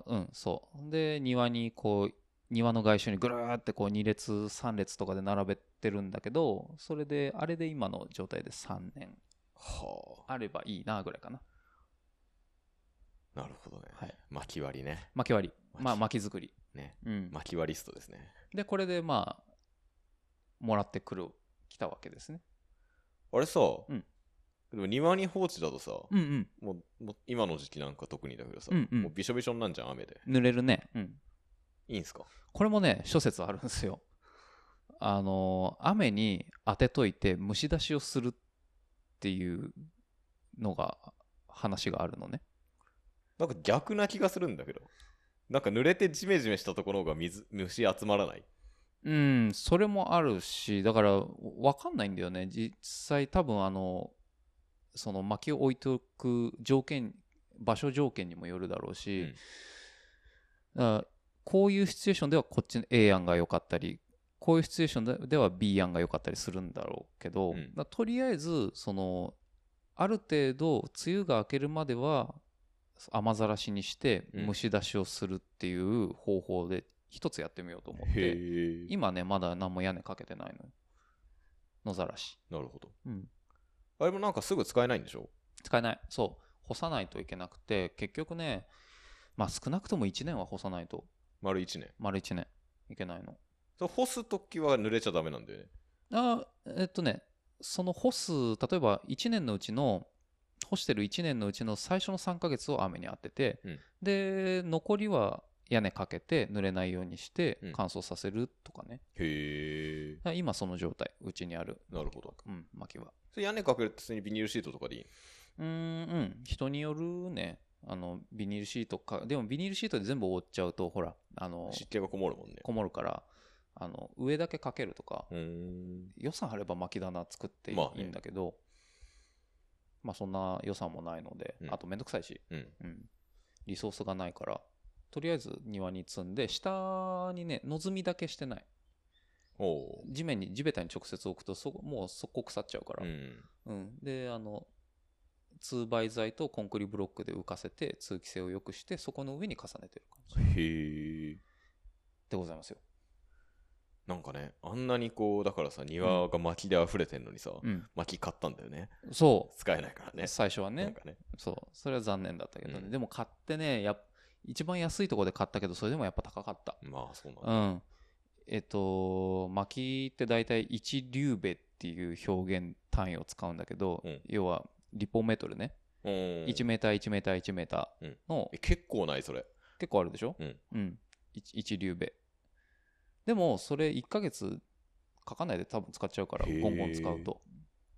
うん、そう。で、庭にこう、庭の外周にぐるーってこうに列さん列とかで並べてるんだけど、それで、あれで今の状態でさんねん。はあ。あればいいな、ぐらいかな。 なるほどね。はい。薪割りね。 薪割り。まあ、薪作り。 ね。うん。薪割りストですね。 で、これでまあ、もらってくる、来たわけですね。 あれさ、うん、でも庭に放置だとさ、 うんうん、 もうもう今の時期なんか特にだけどさ、うんうん、もうびしょびしょになんじゃん、雨で。 濡れるね。うん。 いいんすか？ これもね、諸説あるんですよ。あのー、雨に当てといて蒸し出しをするっていうのが、話があるのね。 なんか逆な気がするんだけど。なんか濡れてジメジメしたところが水、虫集まらない？ うん、それもあるし、だから分かんないんだよね。実際多分あの、その薪を置いておく条件、場所条件にもよるだろうし、うん、だこういうシチュエーションではこっちの A 案が良かったり、こういうシチュエーションでは B 案が良かったりするんだろうけど、うん、とりあえず、その、ある程度、梅雨が明けるまでは、雨ざらしにして蒸し出しをするっていう方法で一つやってみようと思って、うん、今ねまだ何も屋根かけてないのよ。野ざらし。 なるほど。うん。あれもなんかすぐ使えないんでしょ？ 使えない。そう。干さないといけなくて、結局ね、まあ少なくともいちねんは干さないと。 丸いちねん。 丸いちねんいけないの。 そう干すときは濡れちゃダメなんだよね。 あえっとね、その干す、例えばいちねんのうちの干してるいちねんのうちの最初のさんかげつを雨に当てて、うん、で残りは屋根かけて濡れないようにして乾燥させるとかね、うん、へえ。今その状態、うちにある。 なるほど。 うん、薪は。 それ屋根かけるって普通にビニールシートとかでいい？ うーん、うん、人によるね。あのビニールシートか、でもビニールシートで全部覆っちゃうとほらあの湿気がこもるもんね。 こもるからあの上だけかけるとか、うーん、予算あれば薪棚作っていいんだけど、まあね、まあそんな予算もないので、うん、あとめんどくさいし、うんうん、リソースがないから、とりあえず庭に積んで、下にね、のずみだけしてない。お地面に、地べたに直接置くと、そもう速攻腐っちゃうから。うんうん、で、あの、通媒材とコンクリブロックで浮かせて、通気性を良くして、そこの上に重ねてる感じ。へー。でございますよ。 なんかね、あんなにこう、だからさ、庭が薪で溢れてんのにさ、うん、薪買ったんだよね。 そう。 使えないからね。 最初はね。なんかね。そう。それは残念だったけどね。うん、でも買ってね、や一番安いところで買ったけど、それでもやっぱ高かった。 まあ、そうなんだ。うん。えっと、薪って大体いちリューベっていう表現単位を使うんだけど、うん、要は、立方メートルね。うん、いちメーターいちメーターいちメーターの、 うん、結構ないそれ。 結構あるでしょ？うん。うん。いち, いちリューベ。でも、それいっかげつかかんないで多分使っちゃうから、ゴンゴン使うと。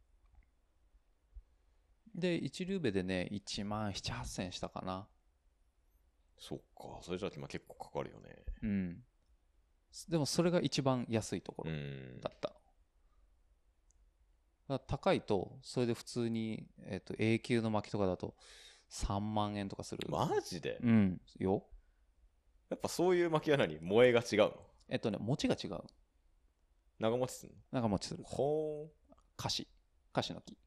で、いちリューベでね、いちまんなな、はっせんしたかな。 そっか。それじゃあ今結構かかるよね。 うん。でも、それが一番安いところだった。だから高いと、それで普通に、えっと、永久の薪とかだとさんまんえんとかする。 マジで？ うん。よ。 やっぱそういう薪は何？燃えが違うの？ えっとね、持ちが違う。 長持ちするの？ 長持ちする。 ほー。 カシ。カシの木。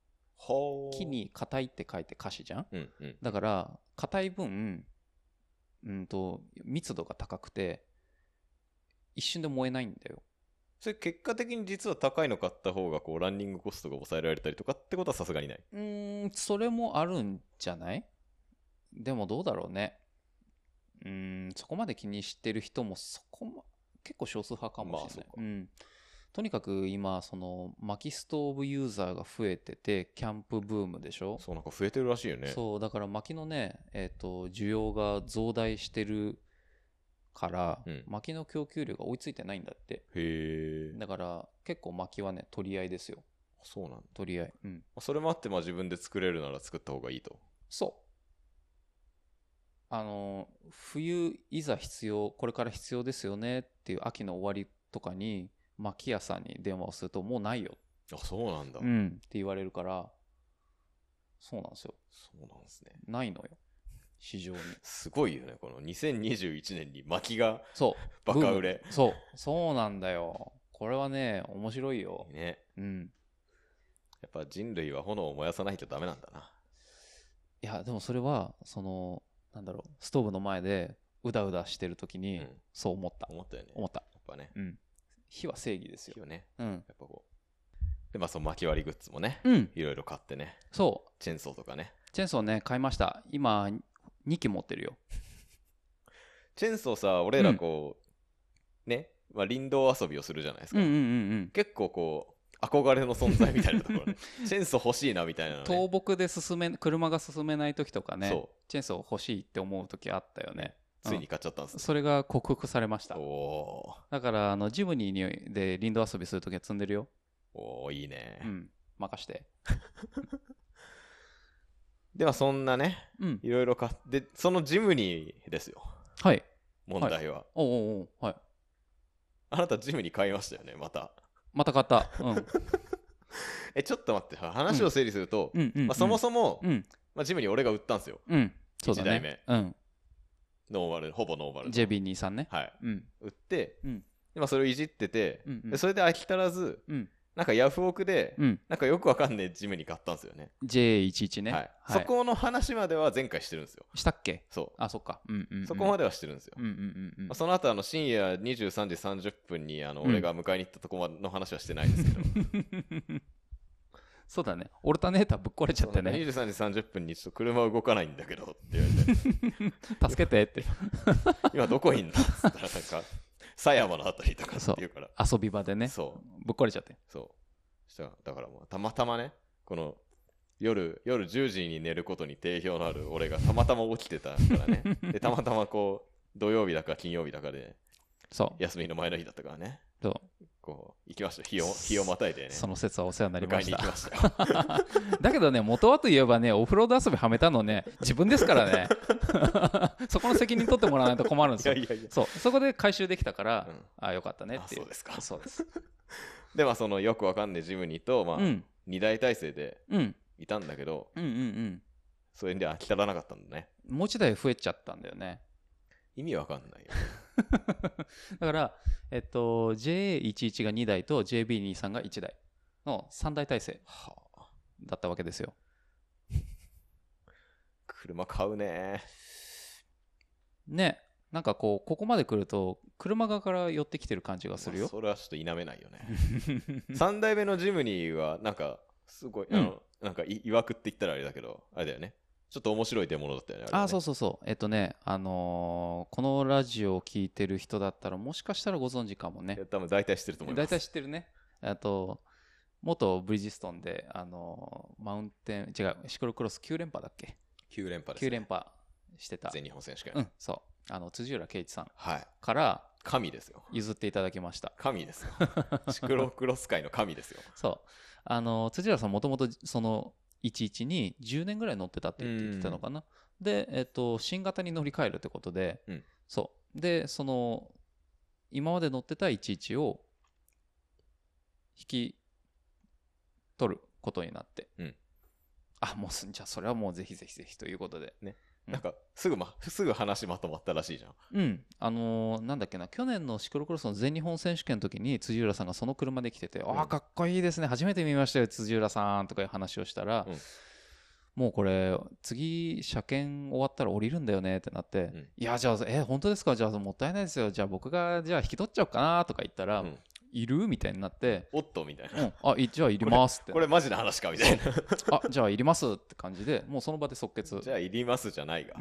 木に硬いって書いてカシじゃん、 うんうん、 だから硬い分、うんと密度が高くて一瞬で燃えないんだよ。 それ結果的に実は高いの買った方がこうランニングコストが抑えられたりとかってことはさすがにない？ うーん、それもあるんじゃない？でもどうだろうね。うーん、そこまで気にしてる人もそこ、ま、結構少数派かもしれない。まあ、うん。とにかく今その薪ストーブユーザーが増えててキャンプブームでしょ。 そう、なんか増えてるらしいよね。 そうだから薪のね、えっと需要が増大してるから、うん、薪の供給量が追いついてないんだって。 へえ。 だから結構薪はね取り合いですよ。 そうなんだ。 取り合い。うん。 それもあってまあ自分で作れるなら作った方がいいと。 そう。あの冬いざ必要、これから必要ですよねっていう秋の終わりとかに薪屋さんに電話をするともうないよ。 あ、そうなんだ。 うんって言われるから、そうなんですよ。 そうなんですね。 ないのよ。市場に。 すごいよね。このにせんにじゅういちねんに薪がそうバカ売れ。 そう、そうなんだよ。これはね、面白いよ。 ね。 うん。 やっぱ人類は炎を燃やさないとダメなんだな。 いや、でもそれは、その、なんだろう、ストーブの前でうだうだしてるときに、そう思った。 思ったよね。 思った。 やっぱね。 うん。火は正義ですよ。 火はね。 うん。やっぱこう。で、まあその薪割りグッズもね。 うん。 いろいろ買ってね。 そう。 チェーンソーとかね。 チェーンソーね、買いました。今、にき持ってるよ。 チェーンソーさ、俺らこう、うん、ね、まあ林道遊びをするじゃないですか。 うんうんうんうん。 結構こう、憧れの存在みたいなところね。チェーンソー欲しいなみたいなの、ね。 倒木で進め、車が進めない時とかね、チェーンソー欲しいって思う時あったよね。 ついに買っちゃったんです、ね、 うん、それが克服されました。 おだからあのジムニーにで林道遊びするときは積んでるよ。 おー、いいね。 うん、任して。 ではそんなね、 うん、 いろいろ買ってそのジムニーですよ。 はい。 問題は。 はい、おおおはい。 あなたジムニー買いましたよね、また。 また買った。うん。 え、ちょっと待って、話を整理すると、 うんうんうん、 まあ、そもそも、 うんまあ、ジムニー俺が売ったんですよ。 うん。そうだね。 いちだいめ。 うん。 ノーマル、ほぼノーマル。 ジェービーにじゅうさん ね。 はい。 うん、 売って、 うん、 今それをいじってて、 うんうん、 でそれで飽き足らず、うん、なんかヤフオクで、うん、なんかよくわかんねえジムニー買ったんですよね。 ジェーいちいち ね、 はいはい。そこの話までは前回してるんですよ。 したっけ？ そう。 あ、そっか。うんうんうん、 そこまではしてるんですよ。 うんうんうんうん、 その後あの深夜にじゅうさんじさんじゅっぷんにあの俺が迎えに行ったとこまでの話はしてないですけど。 そうだね。オルタネーターぶっ壊れちゃってね。 にじゅうさんじさんじゅっぷんにちょっと車動かないんだけどって言われて。 助けてって。 今どこいんだっつったらなんか、狭山のあたりとかって言うから。 遊び場でね。そう。ぶっ壊れちゃって。 そう。したらだからもうたまたまね、この夜、夜じゅうじに寝ることに定評のある俺がたまたま起きてたからね。で、たまたまこう、土曜日だか金曜日だかで、そう。休みの前の日だったからね。そう。こう行きました。日を日をまたいでね。 その説はお世話になりました。 迎えに行きましたよ。 だけどね、元はといえばね、オフロード遊びはめたのね、自分ですからね。そこの責任取ってもらわないと困るんですよ。いやいやいや、そう、そこで回収できたから、うん、ああよかったねっていう。 そうですか。 そうです。 でまあそのよくわかんないジムニーとまあ、うん、にだい体制でいたんだけど、 うんうんうんうん、 それで飽き足らなかったんだね。 もう一台増えちゃったんだよね。 意味わかんないよ。 だから、えっと、ジェーいちいち がにだいと ジェービーにじゅうさん がいちだいのさんだい体制だったわけですよ。 車買うね。 ね、なんかこう、ここまで来ると、車側から寄ってきてる感じがするよ。まあ、 それはちょっと否めないよね。さんだいめのジムニーは、なんか、すごい、うん、あの、なんかい、いわくって言ったらあれだけど、あれだよね。ちょっと面白い出物だったよね。あれね、 あ、そうそうそう。えっとね、あのー、このラジオを聞いてる人だったら、もしかしたらご存知かもね。 多分大体知ってると思います。 大体知ってるね。あと、元ブリヂストンで、あのー、マウンテン、違う、シクロクロスきゅう連覇だっけ ? きゅう 連覇です、ね。 きゅう連覇してた。 全日本選手権。 うん、そう。あの、辻浦圭一さんから、はい、 神ですよ。 譲っていただきました。 神ですよ。シクロクロス界の神ですよ。 そう。あの、辻浦さんもともと、その、いちいちにじゅうねんぐらい乗ってたって言ってたのかな。で、えっと、新型に乗り換えるってことで、うん、そうでその今まで乗ってたいちいちを引き取ることになって、うん、あもうじゃあそれはもうぜひぜひぜひということで、ね、 なんかすぐ、ま、すぐ話まとまったらしいじゃん。 うんあのー、なんだっけな、去年のシクロクロスの全日本選手権の時に辻浦さんがその車で来てて、うん、ああかっこいいですね、初めて見ましたよ辻浦さんとかいう話をしたら、うん、もうこれ次車検終わったら降りるんだよねってなって、うん、いやじゃあえ本当ですか、じゃあもったいないですよ、じゃあ僕がじゃあ引き取っちゃおうかなとか言ったら、うん、いるみたいになって、 おっとみたいな、 うん、あじゃあいりますって、 これ、これマジな話かみたいなあじゃあいりますって感じで、もうその場で即決。 じゃあいりますじゃないが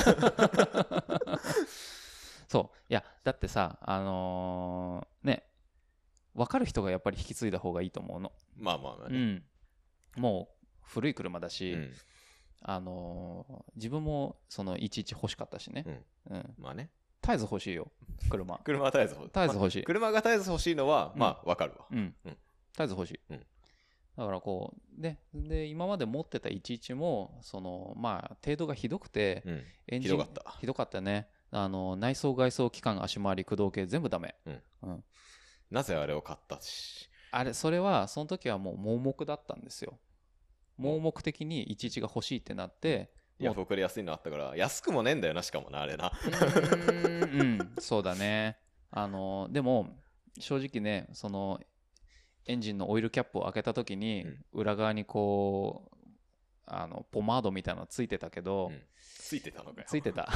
そういやだってさ、あのー、ね分かる人がやっぱり引き継いだ方がいいと思うの。 まあまあまあね、 うん、もう古い車だし、うん、あのー、自分もそのいちいち欲しかったしね、 うんうん、まあね、 タイズ欲しいよ車車はタイズ欲しい、 タイズ欲しい、まあ、 車がタイズ欲しいのは、うん、まあ分かるわ、 うんうん、タイズ欲しい、うん、だからこうね、で今まで持ってたいちいちもそのまあ程度がひどくて、 うん、エンジンひどかったひどかったね。あの内装外装機関足回り駆動系全部ダメ、 うんうん、なぜあれを買ったし、 あれそれはその時はもう盲目だったんですよ。盲目的にいちいちが欲しいってなって、 いや僕で安いのあったから安くもねえんだよな、しかもなあれなうんうんそうだね。あのでも正直ね、そのエンジンのオイルキャップを開けた時に、うん、裏側にこうあのポマードみたいなのついてたけど、うん、 ついてたのかよ。 ついてた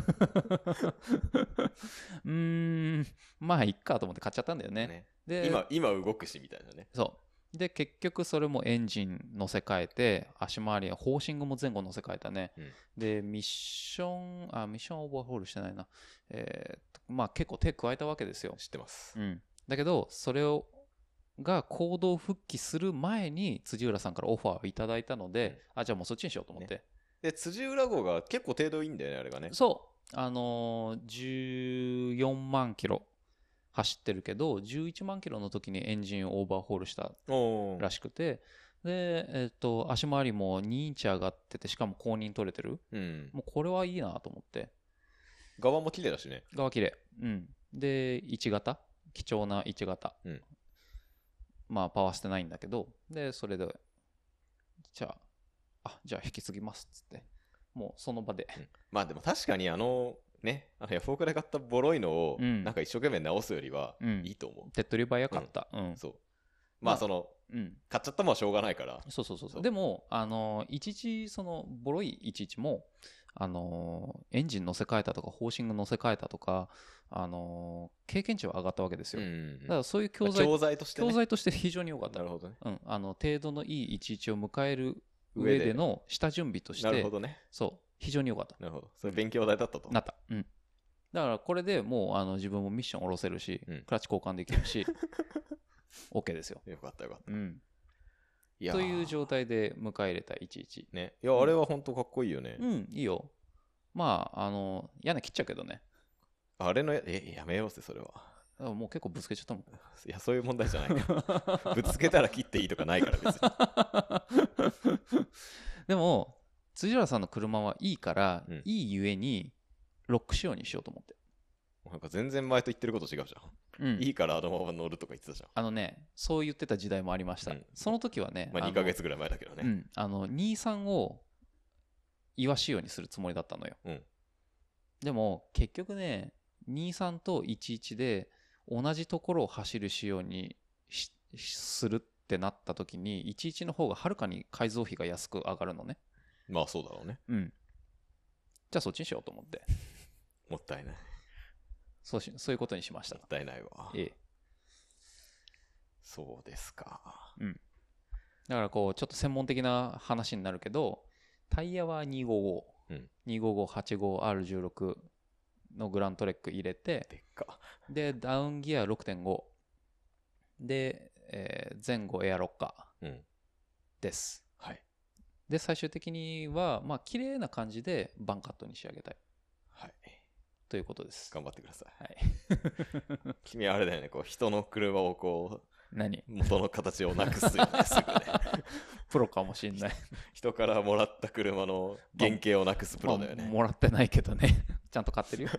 うーんまあいっかと思って買っちゃったんだよね。ねで 今, 今動くしみたいなね。 そうで結局それもエンジン乗せ替えて、足回りやホーシングも前後乗せ替えたね、うん、でミッションあミッションオーバーホールしてないな、えー、まあ結構手加えたわけですよ。 知ってます、 うん、だけどそれをが行動復帰する前に辻浦さんからオファーをいただいたので、うん、あじゃあもうそっちにしようと思って、ね、 で辻浦号が結構程度いいんだよねあれがね。 そうあのー、じゅうよんまんキロ走ってるけどじゅういちまんキロの時にエンジンをオーバーホールしたらしくて、で、えー、と足回りもにインチ上がってて、しかも公認取れてる、うん、もうこれはいいなと思って。 側も綺麗だしね。 側綺麗、うん、でいち型、貴重ないち型、うん、まあパワーしてないんだけど、でそれでじゃああじゃあ引き継ぎますっつって、もうその場で、うん、 まあでも確かにあのね、あのヤフオクで買ったボロいのをなんか一生懸命直すよりはいいと思う、うん、 手っ取り早かった、うんうん、 そうまあその、まあうん、買っちゃったもんはしょうがないから。 そうそうそうそう。でもあのいちいちそのボロいいちいちもあのエンジン乗せ替えたとかホーシング乗せ替えたとか、あの経験値は上がったわけですよ、うんうん、だからそういう教材、 まあ、教材として、ね、 教材として非常に良かった。 なるほどね、 うん、あの程度のいいいちいちを迎える上での下準備として、 なるほどね、 そう非常に良かった。 なるほど、それ勉強代だったとなった、うん、だからこれでもうあの自分もミッション下ろせるし、うん、クラッチ交換できるしOK ですよ。 よかったよかった、 うん、いやという状態で迎え入れたいちいちね。いやあれは本当かっこいいよね。 うん、うん、いいよ。まああの屋根切っちゃうけどね。 あれのえやめようぜそれは。 もう結構ぶつけちゃったもん。 いやそういう問題じゃないからぶつけたら切っていいとかないから別にでも辻原さんの車はいいから、うん、いいゆえにロック仕様にしようと思って。 なんか全然前と言ってること違うじゃん、うん、いいからあのまま乗るとか言ってたじゃん。 あのねそう言ってた時代もありました、うん、その時はね、 まあ、にかげつぐらい前だけどね、 うん、あのにじゅうさんを岩仕様にするつもりだったのよ、うん、でも結局ねにじゅうさんといちいちで同じところを走る仕様にするってなった時にいちいちの方がはるかに改造費が安く上がるのね。 まあそうだろうね。 うんじゃあそっちにしようと思ってもったいない。 そうしそういうことにしました。 もったいないわ。 ええそうですか。 うんだからこうちょっと専門的な話になるけど、タイヤはにひゃくごじゅうご、うん、にひゃくごじゅうご はちじゅうご アールじゅうろく のグラントレック入れて、 でっかでダウンギア ろくてんご で、えー、前後エアロッカーです、 うん、はい。 で最終的にはまあ綺麗な感じでバンカットに仕上げたい、 はい、 ということです。 頑張ってください、 はい、 君はあれだよね、こう人の車をこう何元の形をなくすよねすぐねプロかもしんない人からもらった車の原型をなくすプロだよね、 まあ、もらってないけどねちゃんと買ってるよ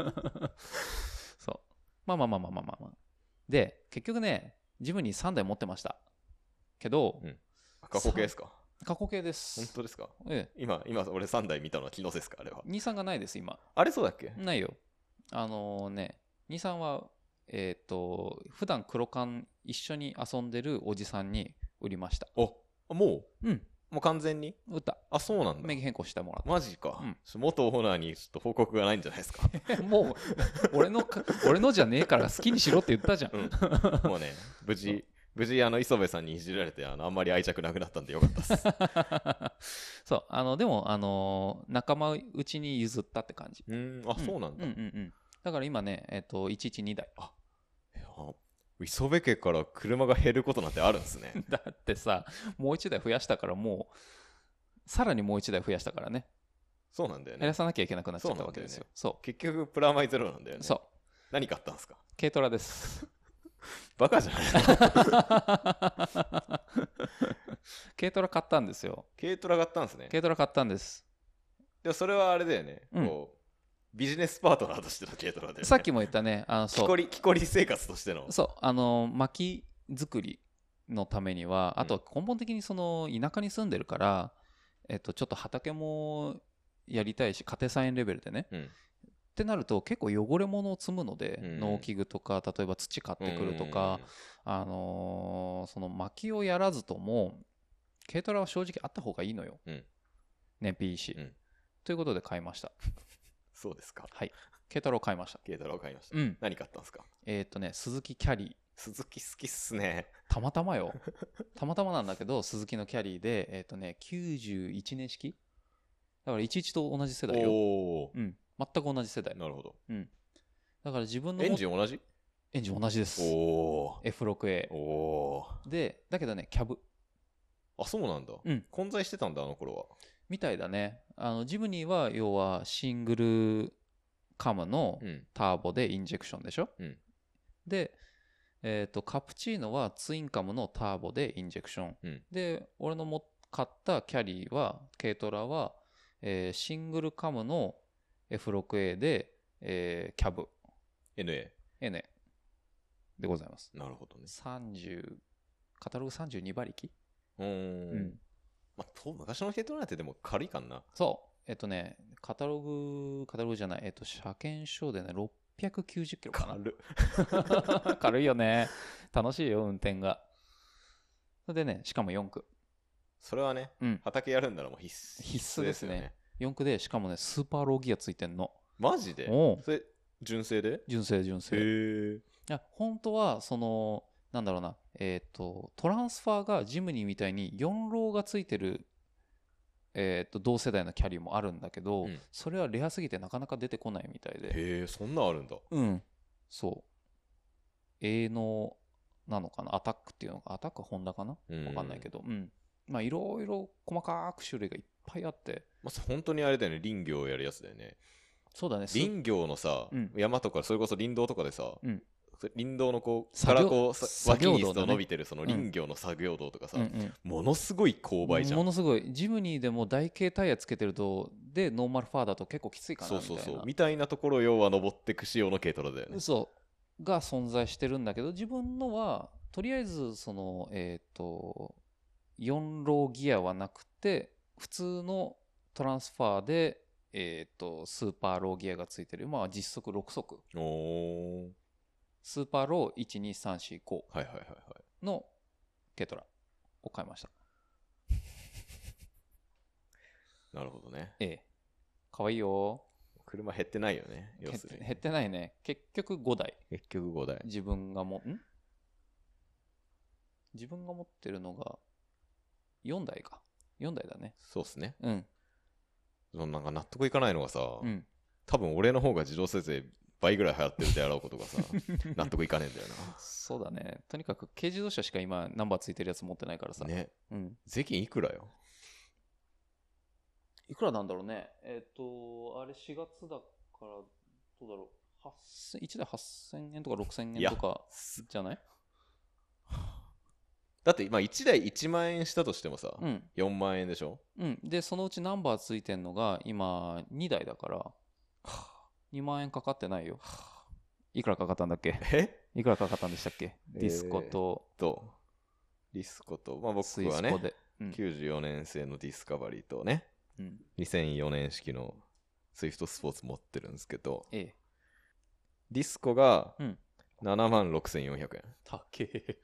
そうまあまあまあまあまあまあで結局ねジムにさんだい持ってましたけど、 うん、過去形ですか。 過去形です。 本当ですか？ ええ。 今、今、俺さんだい見たのは気のせいですかあれは。 にさんがないです、今。 あれそうだっけ？ ないよ。あのー、ね、にさんは、えっと、普段黒缶一緒に遊んでるおじさんに売りました。 お、もううん。 もう完全に売った。 あ、そうなんだ。 名義変更してもらった。 マジか。 うん元オーナーにちょっと報告がないんじゃないですか。 もう、俺のか、俺のじゃねえから好きにしろって言ったじゃん。 うん。もうね、無事、無事、あの、磯部さんにいじられて、あの、あんまり愛着なくなったんでよかったっす。 そう、あの、でも、あのー仲間うちに譲ったって感じ。 うーん、あ、そうなんだ。 うんうんうん。だから今ね、えっと、いちいちにだい。 あ、いや磯部家から車が減ることなんてあるんですね。 だってさ、もういちだい増やしたから、もう、さらにもういちだい増やしたからね。 そうなんだよね。 減らさなきゃいけなくなっちゃったわけですよ。そう。 結局、プラマイゼロなんだよね。 そう。 何買ったんですか？ 軽トラです。 バカじゃない軽トラ買ったんですよ。 軽トラ買ったんですね。 軽トラ買ったんです。 でもそれはあれだよね。 うんこう、ビジネスパートナーとしての軽トラだよね。 さっきも言ったね、あの、そう。 木こり、木こり生活としての。 そう、あの、薪作りのためには、あとは根本的にその、田舎に住んでるから、えっと、ちょっと畑もやりたいし、家庭菜園レベルでね。 うん、 ってなると、結構汚れ物を積むので、 うん、 農機具とか、例えば土買ってくるとか、うん、あのー、その薪をやらずとも、軽トラは正直あった方がいいのよ。うん、燃費いいし、うん。ということで買いました。 そうですか。 はい。軽トラを買いました。 軽トラを買いました。 うん。 何買ったんですか？ えっとね、鈴木キャリー。 鈴木好きっすね。 たまたまよ。たまたまなんだけど、鈴木のキャリーで、えっとね、きゅうじゅういちねん式だからいちいちと同じ世代よ。おうん。全く同じ世代。 なるほど。 うん。だから自分の。 エンジン同じ？ エンジン同じです。 おエフろくエー。おで、だけどね、キャブ。 あ、そうなんだ。うん。混在してたんだ、あの頃は。 みたいだね。あの、ジムニーは、要は、シングルカムのターボでインジェクションでしょ、うん、で、えっと、カプチーノはツインカムのターボでインジェクション。うん、で、俺のも買ったキャリーは、軽トラは、えー、シングルカムの エフろくエー で、えー、キャブ。 エヌエー。 エヌエー でございます。 なるほどね。 さんじゅう、カタログさんじゅうに馬力。 うーん。うんまあ、と昔の軽トラなんてでも軽いかな。 そう。えっとね、カタログ、カタログじゃない、えっと、車検証でね、ろっぴゃくきゅうじゅっキロかな。軽軽いよね。楽しいよ、運転が。それでね、しかもよん区。 それはね、うん、畑やるんならもう必須、 必須ですね。ですね。よん区で、しかもね、スーパーローギアついてんの。 マジで？おそれ、純正で？ 純正、純正。へー。いや、本当は、その、なんだろうな、えっと、トランスファーがジムニーみたいによんローがついてる、えっと、同世代のキャリーもあるんだけど、うん、それはレアすぎてなかなか出てこないみたいで。 へえ、そんなんあるんだ。 うん。そう。営農なのかな、アタックっていうのか、アタックはホンダかな、わかんないけど、うん。まあ、いろいろ細かく種類がいっぱいあって。 まあ、本当にあれだよね、林業をやるやつだよね。 そうだね。 林業のさ、うん、山とか、それこそ林道とかでさ、うん、林道のこうからこう脇に伸びてるその林業の作業道とかさ、うんうん、ものすごい勾配じゃん。 ものすごい。ジムニーでも台形タイヤつけてるとでノーマルファーだと結構きついかなみたいな。 そうそうそうみたいなところを要は登ってく仕様の軽トラだよね。 そうが存在してるんだけど、自分のはとりあえずそのえっとよんローギアはなくて普通のトランスファーでえっとスーパーローギアがついてる。まあ実測ろく速。おースーパーローいちにさんしごの軽トラを買いました。 なるほどね。 ええ。かわいいよ。 車減ってないよね。要するに。 減ってないね。結局ごだい。 結局ごだい。 自分がも、ん自分が持ってるのがよんだいか。よんだいだね。 そうっすね。うん。なんか納得いかないのがさ、うん、多分俺の方が自動車税倍ぐらい流行ってるであろうことがさ納得いかねえんだよな。 そうだね。とにかく軽自動車しか今ナンバーついてるやつ持ってないからさね、 うん、税金いくらよ？ いくらなんだろうね。えっ、ー、とあれしがつだからどうだろう、いちだいはっせんえんとかろくせんえんとかじゃない？ だって今いちだいいちまん円したとしてもさ、うん、よんまん円でしょ。 うんでそのうちナンバーついてんのが今にだいだからにまん円かかってないよ。いくらかかったんだっけ？え？いくらかかったんでしたっけ？ディスコと、 えー、とディスコと、まあ僕はね、 うん、 きゅうじゅうよねん製のディスカバリーとね、 うん、 にせんよねん式のスイフトスポーツ持ってるんですけど、 ええ、 ディスコがうん、 ななまんろくせんよんひゃくえん。 たけえ。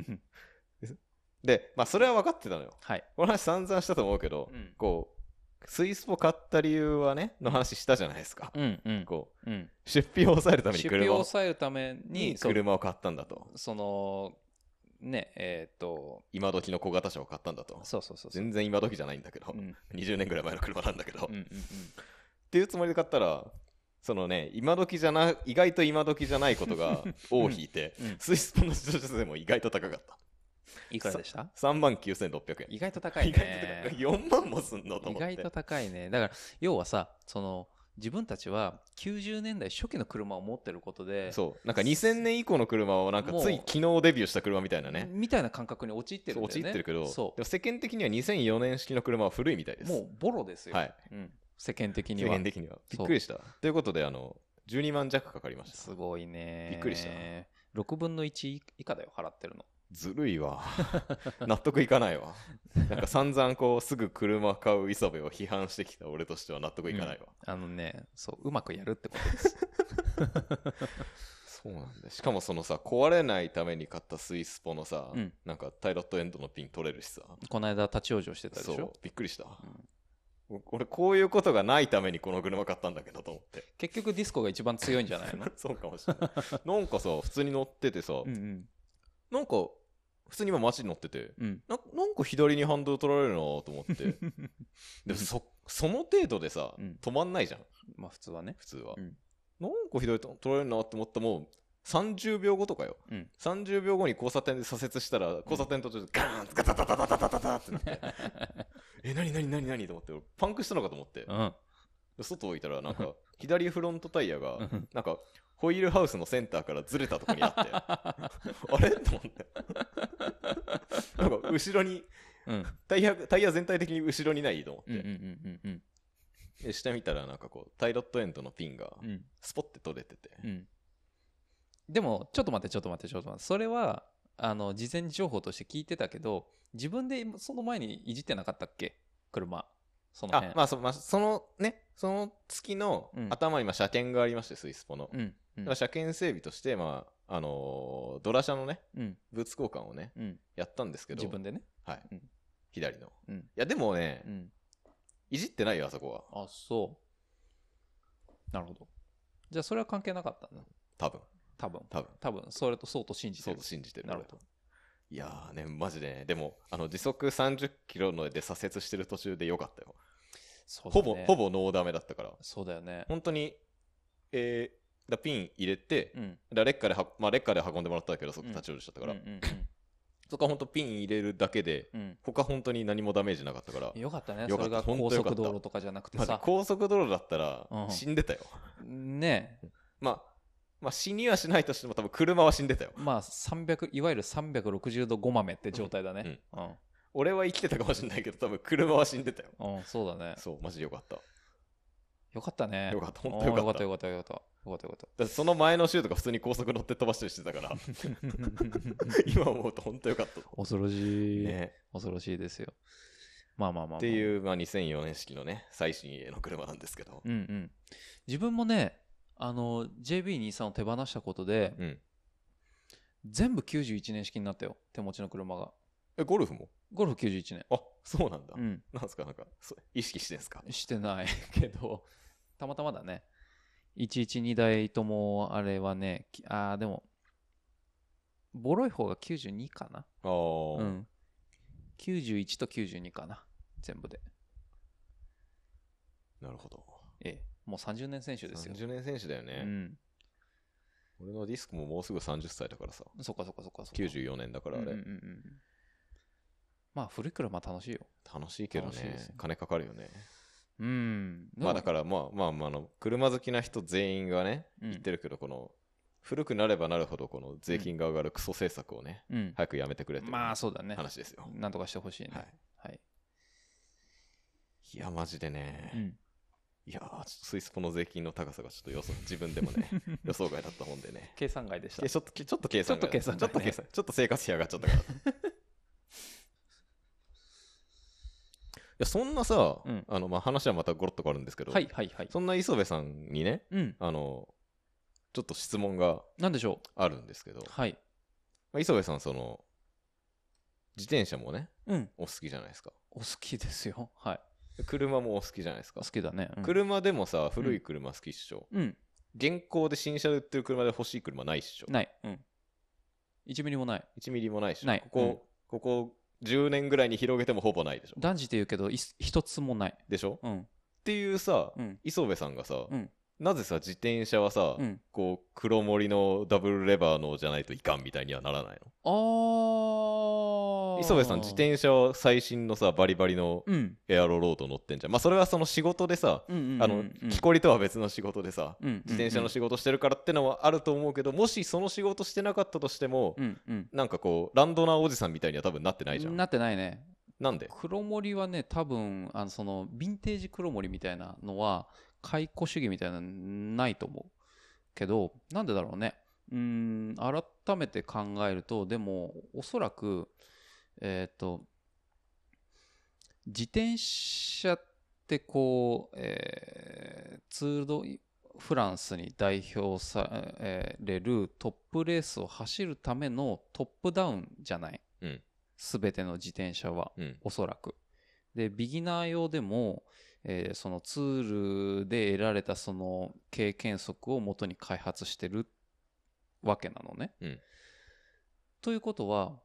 で、まあそれは分かってたのよ。 はい。 この話散々したと思うけど、うん、こう、スイスポ買った理由はね、の話したじゃないですか。 うんうん、 こう、 うん、 出費を抑えるために車を、 出費を抑えるために車を買ったんだと。 その、ね、えっ、ー、と。 今時の小型車を買ったんだと。 そうそうそうそう。 全然今時じゃないんだけど、うん、にじゅうねんぐらい前の車なんだけど。うんうんうん、っていうつもりで買ったら、そのね、今時じゃな、意外と今時じゃないことが尾を引いて、うんうん、スイスポの自動車税も意外と高かった。 いくらでした ? さんまんきゅうせんろっぴゃくえん。 意外と高いね。 よんまんもすんのと思って。 意外と高いね。だから、要はさ、その、自分たちはきゅうじゅうねんだい初期の車を持ってることで、 そうなんかにせんねん以降の車をなんかつい昨日デビューした車みたいなねみたいな感覚に陥ってるんだよね。 陥ってるけど、 そうでも世間的にはにせんよねん式の車は古いみたいです。 もうボロですよ、 はい、 うん、世間的には。 世間的にはびっくりした。ということであのじゅうにまん弱かかりました。 すごいね。 びっくりした。 ろくぶんのいち以下だよ払ってるの。 ずるいわ。納得いかないわ。なんか散々こうすぐ車買う磯部を批判してきた俺としては納得いかないわ。 うん、あのね、そううまくやるってことです。 そうなんだ。しかもそのさ壊れないために買ったスイスポのさ、うん、なんかタイロットエンドのピン取れるしさ。 この間立ち往生してたでしょ。 そうびっくりした。うん、俺こういうことがないためにこの車買ったんだけどと思って。 結局ディスコが一番強いんじゃないの？ そうかもしれない。なんかさ普通に乗っててさ、うんうん、なんか普通に今街に乗ってて、うん、な, なんか左にハンドル取られるなと思ってでも そ, その程度でさ、うん、止まんないじゃん。 まあ普通はね。 普通は、うん、なんか左取られるなって思ったらもうさんじゅうびょうごとかよ、うん、さんじゅうびょうごに交差点で左折したら交差点途中でガーンガタタタタタタタタってなってえ何何何何と思ってパンクしたのかと思って、うん、外置いたらなんか左フロントタイヤがなんかホイールハウスのセンターからずれたとこにあってあれと思ってなんか後ろに、うん、タイヤタイヤ全体的に後ろにないと思って、うんうんうんうん、で下見たらなんかこうタイロットエンドのピンがスポッて取れてて、うん、 でもちょっと待ってちょっと待ってちょっと待ってそれはあの事前情報として聞いてたけど自分でその前にいじってなかったっけ車。そのあまあ そ,、まあ、そのねその月の頭に今車検がありまして、スイスポの、うんうん、だから車検整備としてまああのー、ドラ車のね、うん、ブーツ交換をね、うん、やったんですけど自分でねはい、うん、左の、うん、いやでもね、うん、いじってないよあそこは。あそうなるほど。じゃあそれは関係なかったんだ。 多分多分多分多分それとそうと信じてる。 そうと信じてる。 なるほど。 いやーねマジでねでもあの時速さんじゅっキロので左折してる途中でよかったよ。そうだね、ほぼほぼノーダメだったから。 そうだよね本当にえー、だピン入れて、うん、だレッカーでは、まあ、レッカーで運んでもらったけどそこ立ち往生しちゃったから、うんうんうんうん、そこは本当ピン入れるだけで、うん、他本当に何もダメージなかったからよかったね。それが高速道路とかじゃなくてさ、ま、 高速道路だったら死んでたよ、 うん、ねえまあまあ、死にはしないとしても多分車は死んでたよ。 まあさんびゃくいわゆるさんびゃくろくじゅうどご豆って状態だね、うんうん、 俺は生きてたかもしれないけど多分車は死んでたよ。 うん、そうだね。 そうマジでよかった。 よかったね。 よかった本当よかった。 よかったよかったよかったよかったよかった。 だその前の週とか普通に高速乗って飛ばしたりしてたから今思うと本当よかった。 恐ろしい、ね、恐ろしいですよ。まあまあまあ、まあ、 っていう、まあ、にせんよねん式のね最新鋭の車なんですけど、 うんうん、自分もねあの ジェイビーにじゅうさん を手放したことで、うん、全部きゅうじゅういちねん式になったよ手持ちの車が。 えゴルフもゴルフきゅうじゅういちねん。 あそうなんだ、うん、なんすかなんか意識してんすか。 してないけどたまたまだね。いちいちにだいともあれはねあでもボロい方がきゅうじゅうにかな。あ、うん、きゅうじゅういちときゅうじゅうにかな全部で。 なるほど。 ええもうさんじゅうねん選手ですよ。 さんじゅうねん選手だよね、うん、俺のディスクももうすぐさんじゅっさいだからさ。 そっかそっかそっかそっかきゅうじゅうよねんだからあれ、うんうんうん、 まあ古い車楽しいよ。 楽しいけどね金かかるよね。 うんまあだからまあまあまあの車好きな人全員がね、うん、言ってるけどこの古くなればなるほどこの税金が上がるクソ政策をね、うん、早くやめてくれってまあそうだね話ですよ。 なんとかしてほしいね。はい、はい、 いやマジでね、うんいやーちょっとスイスポの税金の高さがちょっと予想自分でもね予想外だったもんでね計算外でした。 ちょっとちょっと計算外ちょっと計算ちょっと計算ちょっと生活費上がっちゃったからやそんなさ、 うん、 あのまあ話はまたゴロッと変わるんですけど、 はいはいはい。 そんな磯部さんにね、 うん。 あのちょっと質問がなんでしょう。 あるんですけど、 はい。 まあ、磯部さんその自転車もね、 うん。 お好きじゃないですか。 お好きですよ。はい。 車もお好きじゃないですか。 好きだね。うん、 車でもさ、古い車好きっしょ。 うん。 現行で新車で売ってる車で欲しい車ないっしょ。 ない。うん。いちミリもない。 いちミリもないっしょ。 ない。 ここ、うん、ここじゅうねんぐらいに広げてもほぼないでしょ。 断じて言うけど、一つもない。 でしょ、 うん、 っていうさ、 うん、 磯部さんがさ、 うん、 なぜさ自転車はさ、 うん、 こう黒森のダブルレバーのじゃないといかんみたいにはならないの？ あー。 磯部さん自転車は最新のさバリバリのうんエアロロード乗ってんじゃん。まあそれはその仕事でさ、 うんうんうんうん、 あの木こりとは別の仕事でさ、 うんうんうん、 自転車の仕事してるからってのはあると思うけど、もしその仕事してなかったとしても、 うんうん、 なんかこうランドナーおじさんみたいには多分なってないじゃん。 なってないね。 なんで？ 黒森はね、多分あのそのヴィンテージ黒森みたいなのは解雇主義みたいなのないと思うけど、なんでだろうね。うーん、改めて考えると、でもおそらくえっと自転車ってこう、えーツール・ド・フランスに代表されるトップレースを走るためのトップダウンじゃない、 うん、 全ての自転車は、 うん、 おそらく。でビギナー用でも、えーそのツールで得られたその経験則を元に開発してるわけなのね。 うん、 ということは、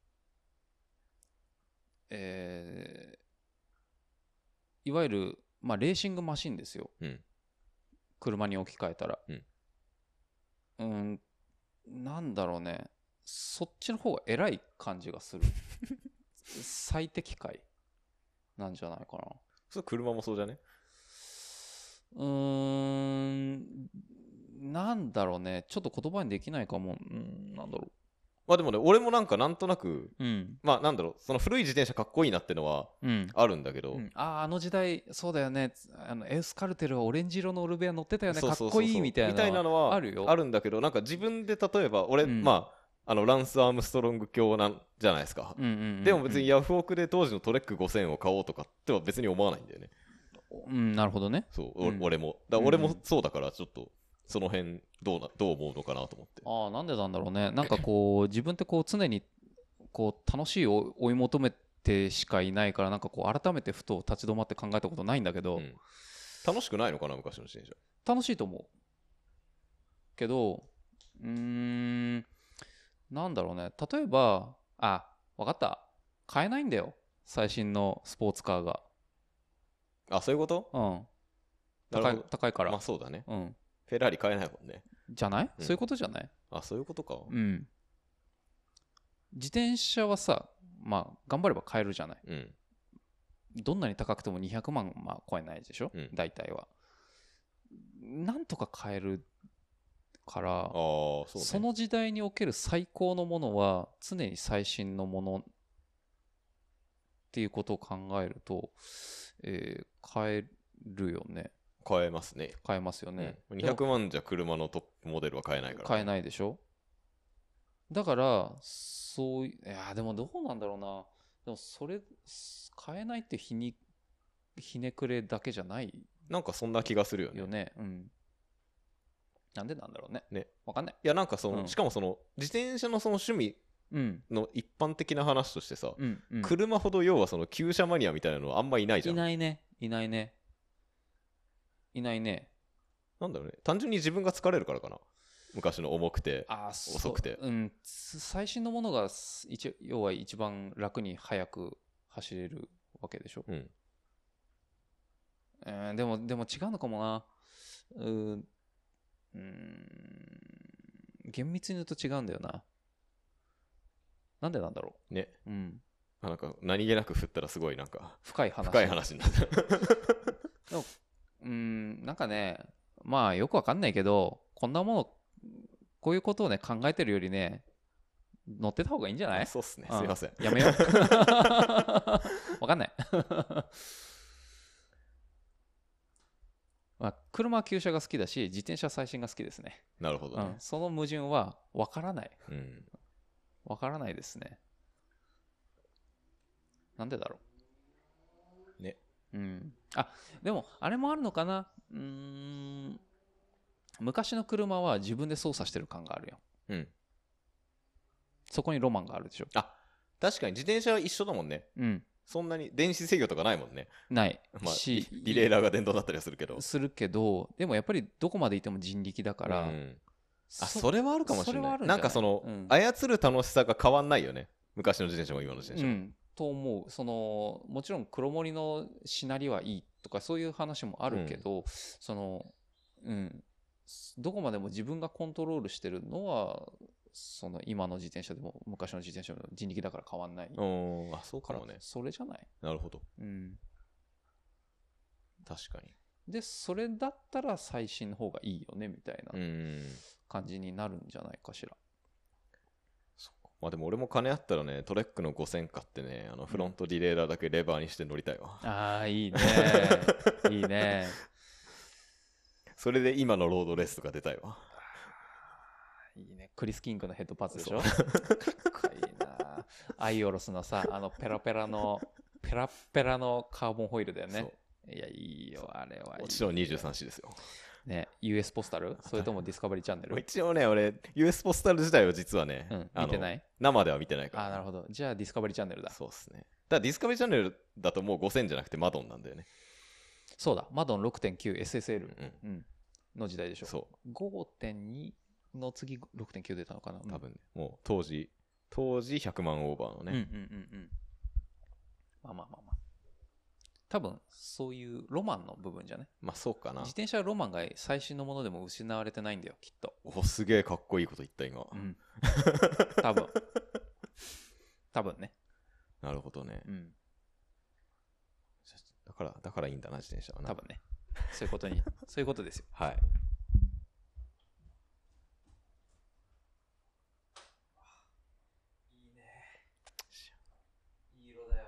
えーいわゆる、まあ、レーシングマシンですよ。 うん、 車に置き換えたら。 うん、 うん、なんだろうね。そっちの方が偉い感じがする。最適解なんじゃないかな。 それ車もそうじゃね？ うーん、なんだろうね。ちょっと言葉にできないかも。うん、なんだろまあでもね、俺もなんかなんとなく、 う。うん。 まあなんだろう、その古い自転車かっこいいなってのはうん。 あるんだけど、 うん、ああ、あの時代、そうだよね。あのエスカルテルはオレンジ色のオルベア乗ってたよね。 そうかっこそうそうそういいみたいな。 みたいなのはあるよ。 あるんだけど、なんか自分で例えば俺、 うん、 まああのランス・アームストロング教なんじゃないですか。 うんうんうんうん、 でも別にヤフオクで当時のトレックごせんを買おうとかっては別に思わないんだよね。 うん、なるほどね。 そう、 うん、 俺も。だ俺もそうだからちょっとその辺どうなどう思うのかなと思って。 ああ、なんでなんだろうね。なんかこう自分ってこう常にこう楽しいを追い求めてしかいないから、なんかこう改めてふと立ち止まって考えたことないんだけど、うん、 楽しくないのかな昔の自転車。 楽しいと思うけど、うーん、なんだろうね。例えば、あ、わかった。買えないんだよ。最新のスポーツカーが。 あ、そういうこと？ うん。高い、高いから。 まあそうだね。 うん。 フェラーリ買えないもんね。 じゃない、うん、そういうことじゃない？ あ、そういうことか。 うん。自転車はさ、まあ頑張れば買えるじゃない。 うん。 どんなに高くてもにひゃくまん、まあ超えないでしょ、うん、大体は。なんとか買えるから、あ、そうね、その時代における最高のものは常に最新のものっていうことを考えると、えー、買えるよね。 買えますね。 買えますよね。 うん、にひゃくまんじゃ車のトップモデルは買えないから、ね、 買えないでしょ。だからそういやでもどうなんだろうな。でもそれ買えないってひにひねくれだけじゃない。 なんかそんな気がするよね。 よね。うん。なんでなんだろうね。 ね。 わかんない。 いやなんかその、うん、しかもその自転車のその趣味の一般的な話としてさ、うんうん、車ほど要はその旧車マニアみたいなのはあんまいないじゃん。 いないね。いないね。いないね。 なんだろうね。単純に自分が疲れるからかな。昔の重くて遅くて、 うん、最新のものが一要は一番楽に速く走れるわけでしょ、うんえー、でもでも違うのかもな。うーん厳密に言うと違うんだよな。なんでなんだろうね。うん。なんか何気なく振ったらすごいなんか深い話深い話になるでもうーんなんかね、まあよくわかんないけど、こんなものこういうことをね考えてるよりね乗ってた方がいいんじゃない？ そうっすね、うん、すいません、 やめようわかんないまあ、車は旧車が好きだし自転車最新が好きですね。 なるほどね、うん、 その矛盾はわからない、 うん、 わからないですね。なんでだろうね。 うん、あでもあれもあるのかな。うーん、昔の車は自分で操作してる感があるよ。うん。そこにロマンがあるでしょ。 あ、確かに自転車は一緒だもんね。うん。そんなに電子制御とかないもんね。 ない。 まあ、しリレーラーが電動だったりはするけど。 するけど、でもやっぱりどこまでいても人力だから。うん、 あ、それはあるかもしれない。なんかその、うん、操る楽しさが変わんないよね。昔の自転車も今の自転車も。うん、 と思う。そのもちろん黒森のしなりはいいとかそういう話もあるけど、うん、その、うん、どこまでも自分がコントロールしてるのはその今の自転車でも昔の自転車も人力だから変わんない。 あ、そうかもね。 それじゃない。 なるほど。うん。確かに。 でそれだったら最新の方がいいよねみたいな感じになるんじゃないかしら。 まあでも俺も金あったらね、トレックのごせん買ってね、あのフロントディレイラーだけレバーにして乗りたいわ。 うん、ああ、いいね。いいね。 それで今のロードレースとか出たいわ。 いいね。クリス・キングのヘッドパーツでしょ。かっこいいな。アイオロスのさ、あのペラペラの、ペラペラのカーボンホイールだよね。いや、いいよ、あれは。 もちろん にじゅうさんシー ですよ。 ね、ユーエス ポスタルそれともディスカバリーチャンネル。 一応ね、俺 ユーエス ポスタル自体は実はね、 うん、見てない。 生では見てないから。 あ、なるほど。じゃあディスカバリーチャンネルだ。 そうっすね。だからディスカバリーチャンネルだともうごせんじゃなくてマドンなんだよね。 そうだ、マドン ろくてんきゅうエスエスエル、うんうん、の時代でしょ。そう。ごてんに の次 ろくてんきゅう 出たのかな。 多分ね、もう当時当時ひゃくまんオーバーのね。うんうんうんうん。 まあまあまあまあ。多分そういうロマンの部分じゃね。 まあそうかな。 自転車はロマンが最新のものでも失われてないんだよきっと。 お、すげえかっこいいこと言った今。うん。 多分。多分ね。 なるほどね。うん。だからだからいいんだな自転車はな。 多分ね。そういうことにそういうことですよ。 はい。 いいね。いい色だよ。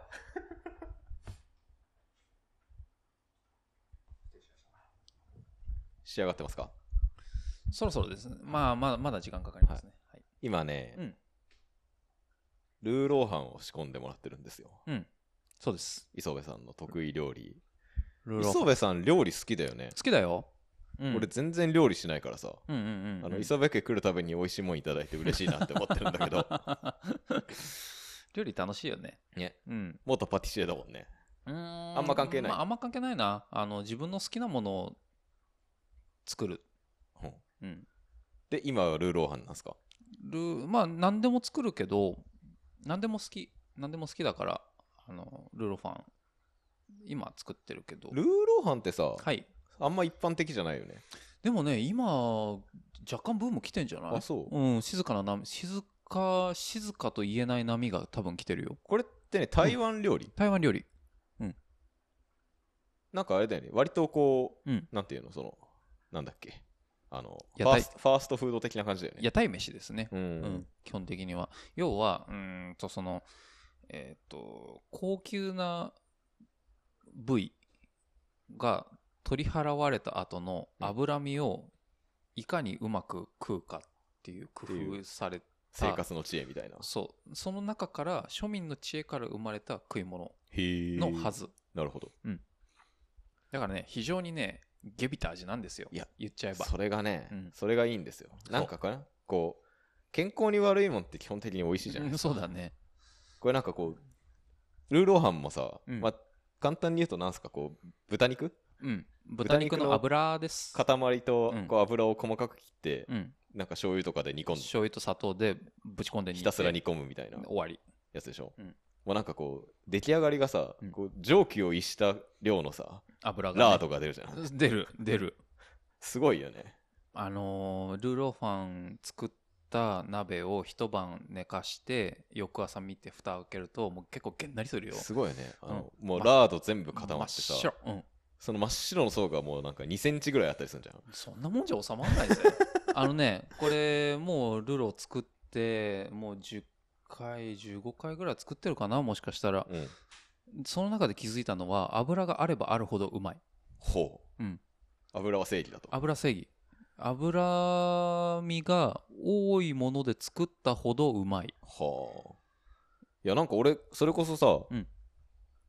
仕上がってますか？ そろそろですね。まあまだまだ時間かかりますね。はい、 今ね、うん、ルーローハンを仕込んでもらってるんですよ。 うん、そうです。 磯部さんの得意料理。磯部さん料理好きだよね。 好きだよ。 うん、俺全然料理しないからさ、うんうんうんうん、あの磯部家来るたびに美味しいもんいただいて嬉しいなって思ってるんだけど料理楽しいよね。 ね、うん、元パティシエだもんね。うーん、あんま関係ない、 まあ、あんま関係ないな。あの自分の好きなものを作る、 うん、で今はルーローハンなんですか？ ルーまあ何でも作るけど何でも好き何でも好きだからあのルーローファン今作ってるけど。 ルーローハンってさ、はい、あんま一般的じゃないよね。 でもね今若干ブーム来てんじゃない？ あ、そう、 うん、静かな波静か静かと言えない波が多分来てるよ。 これってね台湾料理、うん、 台湾料理、うん、 なんかあれだよね割とこう、うん、なんていうのそのなんだっけあのファースト、ファーストフード的な感じだよね。 屋台飯ですね、うんうん、基本的には。要はうんとそのえっと高級な部位が取り払われた後の脂身をいかにうまく食うかっていう工夫された生活の知恵みたいな。 そうその中から庶民の知恵から生まれた食い物のはず。 なるほど、うん、 だからね非常にねゲビた味なんですよ。いや言っちゃえばそれがね、うん、それがいいんですよ。なんかかこう健康に悪いもんって基本的に美味しいじゃないですか、 うん、そうだね。 これなんかこうルーローハンもさ、うん、まあ簡単に言うとなんすかこう豚肉、 うん、豚肉の油です。 塊とこう油を細かく切って、うん、なんか醤油とかで煮込んで醤油と砂糖でぶち込んで煮てひたすら煮込むみたいな終わりやつでしょ、うん、もうなんかこう出来上がりがさ、うん、こう蒸気を逸した量のさ油が、ね、 ラードが出るじゃん。 出る出るすごいよね。 あのー、ルーローファン作った鍋を一晩寝かして翌朝見て蓋を開けるともう結構げんなりするよ。 すごいよね。あの、うん、もうラード全部固まってさ、真っ白、うん、その真っ白の層がもうなんかにセンチぐらいあったりするんじゃん。 そんなもんじゃ収まんないぜあのねこれもうルーロー作ってもうじゅっかいじゅうごかいぐらい作ってるかなもしかしたら、うん、その中で気づいたのは油があればあるほどうまい。 ほう、うん、油は正義だと。 油正義。脂身が多いもので作ったほどうまい。 はあ。いやなんか俺それこそさ、うん、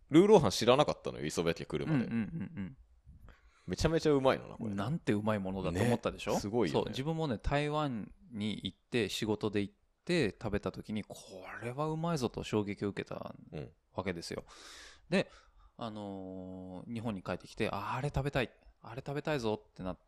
ルーローハン知らなかったのよ、磯部家来るまで、 うんうんうんうん、 めちゃめちゃうまいのなこれ。 なんてうまいものだと思ったでしょ、 ね、すごいよね。 そう、自分もね台湾に行って仕事で行って食べた時にこれはうまいぞと衝撃を受けたわけですよ、うん、で、あのー、日本に帰ってきて あ, あれ食べたいあれ食べたいぞってなって、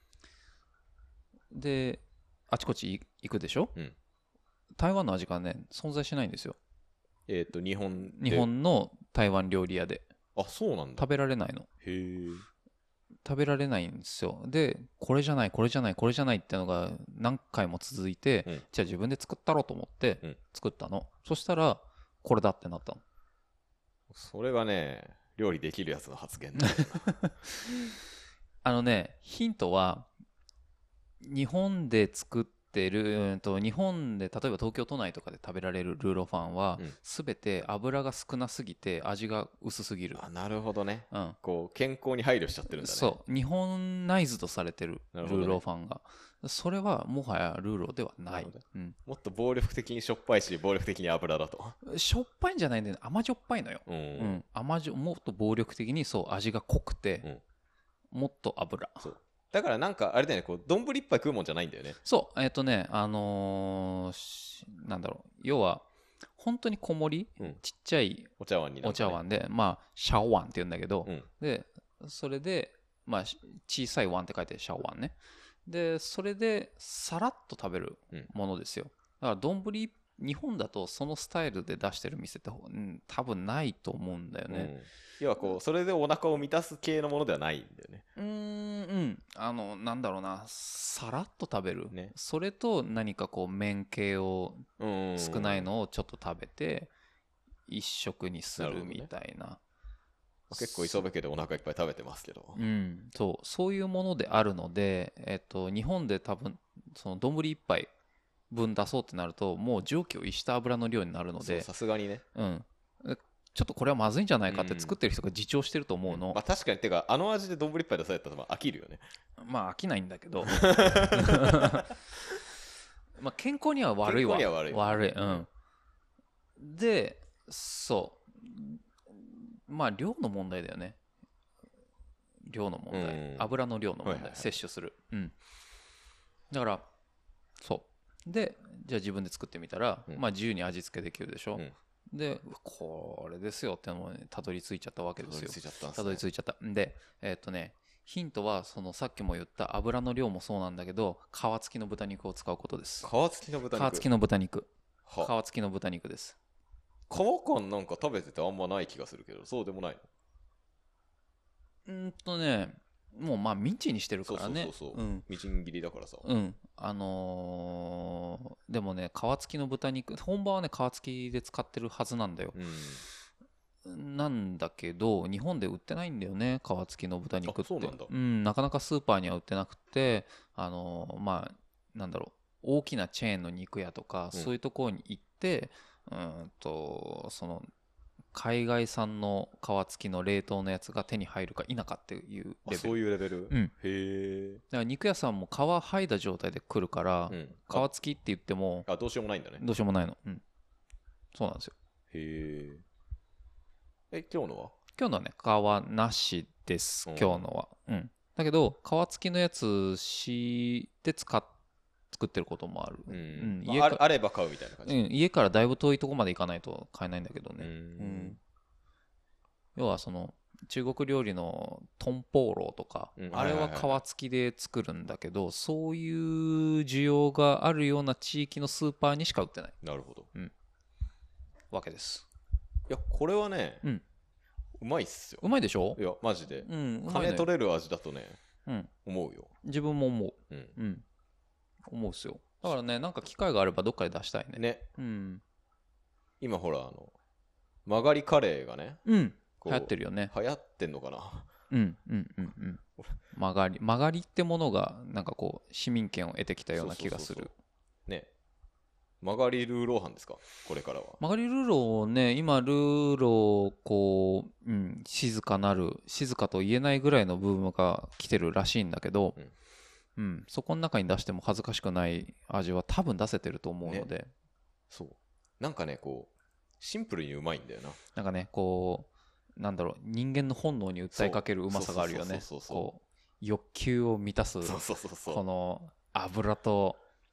であちこち行くでしょ、うん、台湾の味がね存在しないんですよ。 えっと日本日本の台湾料理屋で。 あ、そうなんだ。 食べられないの。 へえ。 食べられないんですよ。でこれじゃないこれじゃないこれじゃないってのが何回も続いて、うん、じゃあ自分で作ったろうと思って作ったの、うん、そしたらこれだってなったの。 それがね料理できるやつの発言だあのねヒントは日本で作ってる、うんと日本で例えば東京都内とかで食べられるルーローファンは、うん、全て油が少なすぎて味が薄すぎる。 あ、なるほどね、うん、こう健康に配慮しちゃってるんだね。 そう日本ナイズドされてるルーローファンが、ね、それはもはやルーローではない、 うん、もっと暴力的にしょっぱいし暴力的に油だと。 しょっぱいんじゃないんだよね、甘じょっぱいのよ、うんうん、甘じょもっと暴力的にそう味が濃くて、うん、もっと油。 そうだからなんかあれだよね、こう丼一杯食うもんじゃないんだよね。 そうえっ、ー、とねあのー、なんだろう要は本当に小盛り、うん、ちっちゃいお茶碗に、ね、 お茶碗でまあシャオワンって言うんだけど、うん、でそれでまあ小さい碗って書いてシャオワンね。でそれでさらっと食べるものですよ。だから丼日本だとそのスタイルで出してる店って、うん、多分ないと思うんだよね、うん、 要はこうそれでお腹を満たす系のものではないんだよね。 うーんうんあのなんだろうなさらっと食べる、ね、それと何かこう麺系を少ないのをちょっと食べて一食にするみたいな、な、ね、 結構磯部家でお腹いっぱい食べてますけど、 うん、そうそういうものであるので、えっと、日本で多分その丼一杯分出そうってなるともう蒸気を逸した油の量になるので、 さすがにね、 うん、ちょっとこれはまずいんじゃないかって作ってる人が自重してると思うの、うん、 まあ確かにてかあの味で丼一杯出されたら飽きるよね。 まあ飽きないんだけどまあ健康には悪いわ。 健康には悪い、 悪い、うん、でそうまあ量の問題だよね。量の問題、うん、油の量の問題、はいはいはい、摂取する、うん、だからそうでじゃあ自分で作ってみたら、うん、まあ自由に味付けできるでしょ、うん、でこれですよってのもねたどり着いちゃったわけですよ。たどり着いちゃったんで、えー、っとねヒントはそのさっきも言った油の量もそうなんだけど皮付きの豚肉を使うことです。 皮付きの豚肉、 皮付きの豚肉皮付きの豚肉です。 皮感なんか食べててあんまない気がするけどそうでもないの？ うんとねもうまあミンチにしてるからね。 そうそうそうそう、うん、みじん切りだからさ。 うんあのー、でもね皮付きの豚肉本場はね皮付きで使ってるはずなんだよ、うん、なんだけど日本で売ってないんだよね皮付きの豚肉って。 そうなんだ、 うん、なかなかスーパーには売ってなくてあのー、まあなんだろう大きなチェーンの肉屋とか、うん、そういうところに行ってうんとその海外産の皮付きの冷凍のやつが手に入るか否かっていうレベル。 あ、そういうレベル、うん、へえ。 だから肉屋さんも皮剥いだ状態で来るから、うん、皮付きって言ってもあどうしようもないんだね。 どうしようもないの、うん、そうなんですよ。 へえ。え今日のは今日のはね皮なしです、うん、今日のは、うん、だけど皮付きのやつして使って作ってることもある、 うんうん、家か、まあ、あれば買うみたいな感じ、 うん、家からだいぶ遠いとこまで行かないと買えないんだけどね、うんうん、要はその中国料理のトンポーローとか、うん、あれは皮付きで作るんだけど、そういう需要があるような地域のスーパーにしか売ってない。 なるほど、 うん、わけです。 いやこれはね、うん、うまいっすよ。 うまいでしょ。 いやマジで、うん、金取れる味だとね、うん、思うよ。 自分も思う、うん、うん思うっすよ。だからねなんか機会があればどっかで出したいね。 ね、うん、今ほらあの曲がりカレーがね、 うん、流行ってるよね。 流行ってんのかな。 うんうんうんうん曲がり曲がりってものがなんかこう市民権を得てきたような気がする。そうそうそうそうね。曲がりルーローハンですかこれからは。 曲がりルーローね今ルーローこう、うん、静かなる静かと言えないぐらいのブームが来てるらしいんだけど、うんうん、そこの中に出しても恥ずかしくない味は多分出せてると思うので、ね、 そうなんかねこうシンプルにうまいんだよな。 なんかねこうなんだろう、人間の本能に訴えかけるうまさがあるよね。こう欲求を満たすこの油と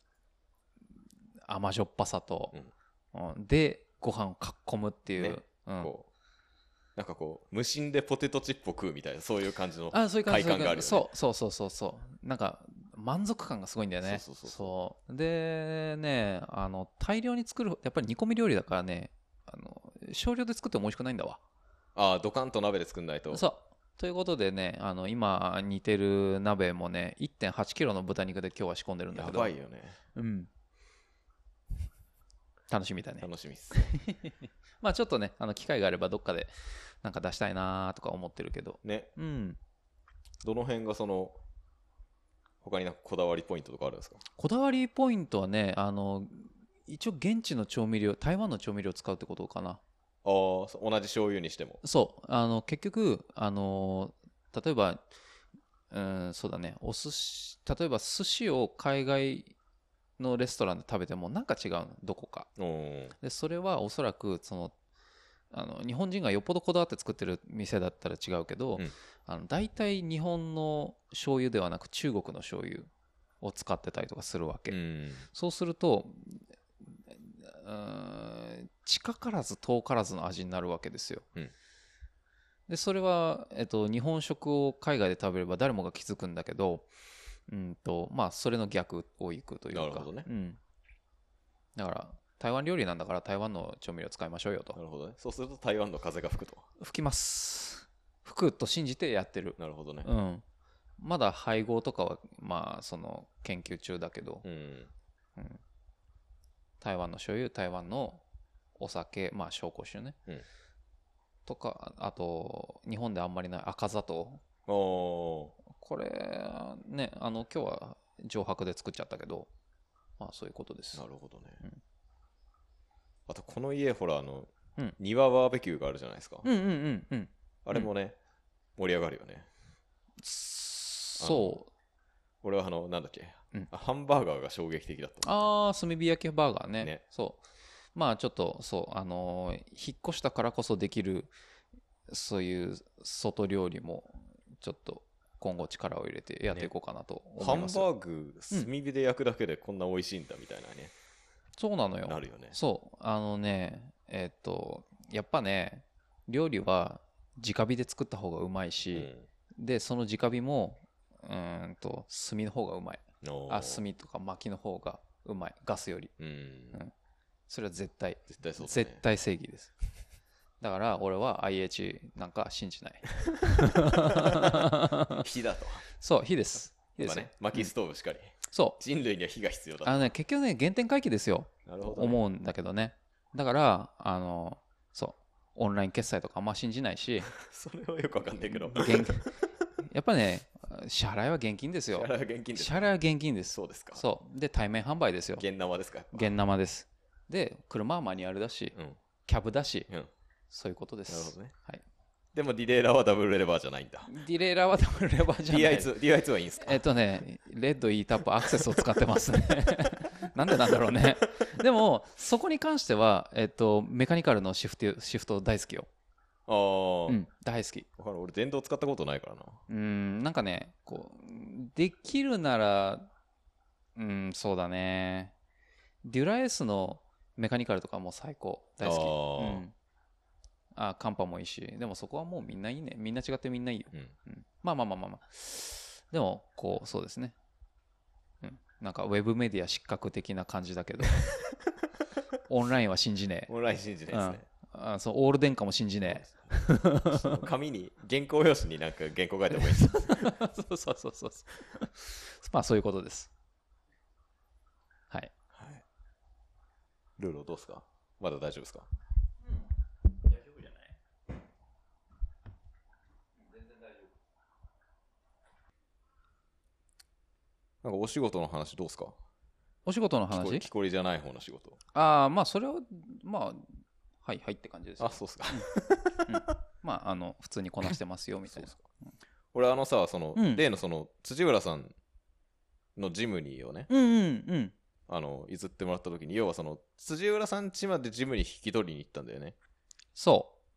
甘じょっぱさと、うんうん、でご飯をかっこむっていう、ね、うん、こうなんかこう無心でポテトチップを食うみたいなそういう感じの快感があるよね。 そうそうそうそうそうなんか満足感がすごいんだよね。そうそうそうそうでね、あの大量に作るやっぱり煮込み料理だからね、あの少量で作っても美味しくないんだわ。 ああドカンと鍋で作んないと。 そうということでね、あの今煮てる鍋もね いってんはちキロの豚肉で今日は仕込んでるんだけど、 やばいよね。 うん楽しみだね。 楽しみっすまあちょっとね、あの機会があればどっかでなんか出したいなとか思ってるけどね。 うん。 どの辺がその他になんかこだわりポイントとかあるんですか？ こだわりポイントはね、あの一応現地の調味料、台湾の調味料を使うってことかな。 ああ、同じ醤油にしても。 そう、あの結局あの例えば、うん、そうだね、お寿司、例えば寿司を海外のレストランで食べてもなんか違うの、どこか。でそれはおそらくそのあの日本人がよっぽどこだわって作ってる店だったら違うけど、うん、あの大体日本の醤油ではなく中国の醤油を使ってたりとかするわけ、うん、そうするとうん近からず遠からずの味になるわけですよ、うん、でそれは、えっと、日本食を海外で食べれば誰もが気づくんだけど、うんとまあ、それの逆をいくというか。 なるほどね、 うん、だから台湾料理なんだから台湾の調味料使いましょうよと。 なるほどね。そうすると台湾の風が吹くと。 吹きます。吹くと信じてやってる。 なるほどね。 うん。まだ配合とかはまあその研究中だけど、うんうん、台湾の醤油、台湾のお酒、まあ紹興酒ね、うん、とか、あと日本であんまりない赤砂糖。おこれね、あの今日は上白で作っちゃったけど、まあそういうことです。 なるほどね。うん、あとこの家ほらあの、うん、庭バーベキューがあるじゃないですか。 うんうんうんうん。 あれもね、うん、盛り上がるよね。 そう。 俺はあのなんだっけ、うん、ハンバーガーが衝撃的だった。 ああ、炭火焼きバーガーね。ね。そう。まあちょっとそうあのー、引っ越したからこそできるそういう外料理もちょっと今後力を入れてやっていこうかなと思います、 ね、ハンバーグ炭火で焼くだけでこんな美味しいんだみたいなね、うん、 そうなのよ。 なるよね。 そうあのねえっとやっぱね料理は直火で作った方がうまいし、うん、でその直火もうんと炭の方がうまい。あ炭とか薪の方がうまい、ガスより、うんうん、それは絶対絶対そうだね、 絶対正義です。だから俺は アイエイチ なんか信じない火だと。 そう火です。火ですね、薪ストーブしかり、うん、 そう人類には火が必要だと。 あの、ね、結局ね原点回帰ですよ。なるほど、ね、思うんだけどね。だからあのそうオンライン決済とかあんま信じないしそれはよくわかんないけどやっぱね支払いは現金ですよ。 支払いは現金です。 支払いは現金です。 そうですか。 そうで対面販売ですよ。 現生ですか。 現生です。で車はマニュアルだし、うん、キャブだし、うん、そういうことです。 なるほどね。 はい。 でもディレイラーはダブルレバーじゃないんだ。 ディレイラーはダブルレバーじゃない。 ディーアイツー、ディーアイツー はいいんすか。 えっとねレッド E タップアクセスを使ってますねなんでなんだろうね。でもそこに関してはえっとメカニカルのシフトシフト大好きよ。ああ、うん、大好き。 俺電動使ったことないからな。 うんなんかねこうできるならうんそうだねデュラエースのメカニカルとかも最高大好き。あ、うん、あカンパもいいし、でもそこはもうみんないいね。みんな違ってみんないいよ、うんうん、まあまあまあまあまあでもこうそうですね、うん、なんかウェブメディア失格的な感じだけどオンラインは信じねえ。 オンライン信じねえですね、 うん、あそうオール電化も信じねえ。 紙に原稿用紙になんか原稿書いてもいいですそうそうそうそうまあそういうことです。はい、はい、 ルールどうですか。まだ大丈夫ですか。なんかお仕事の話どうですか。 お仕事の話木こりじゃない方の仕事。 ああまあそれはまあはいはいって感じです。 あそうっすか、 うんうん、まああの普通にこなしてますよみたいな。 うん、俺あのさその、うん、例のその辻浦さんのジムニーをね、 うんうんうん、 あの譲ってもらった時に要はその辻浦さん家までジムに引き取りに行ったんだよね。 そ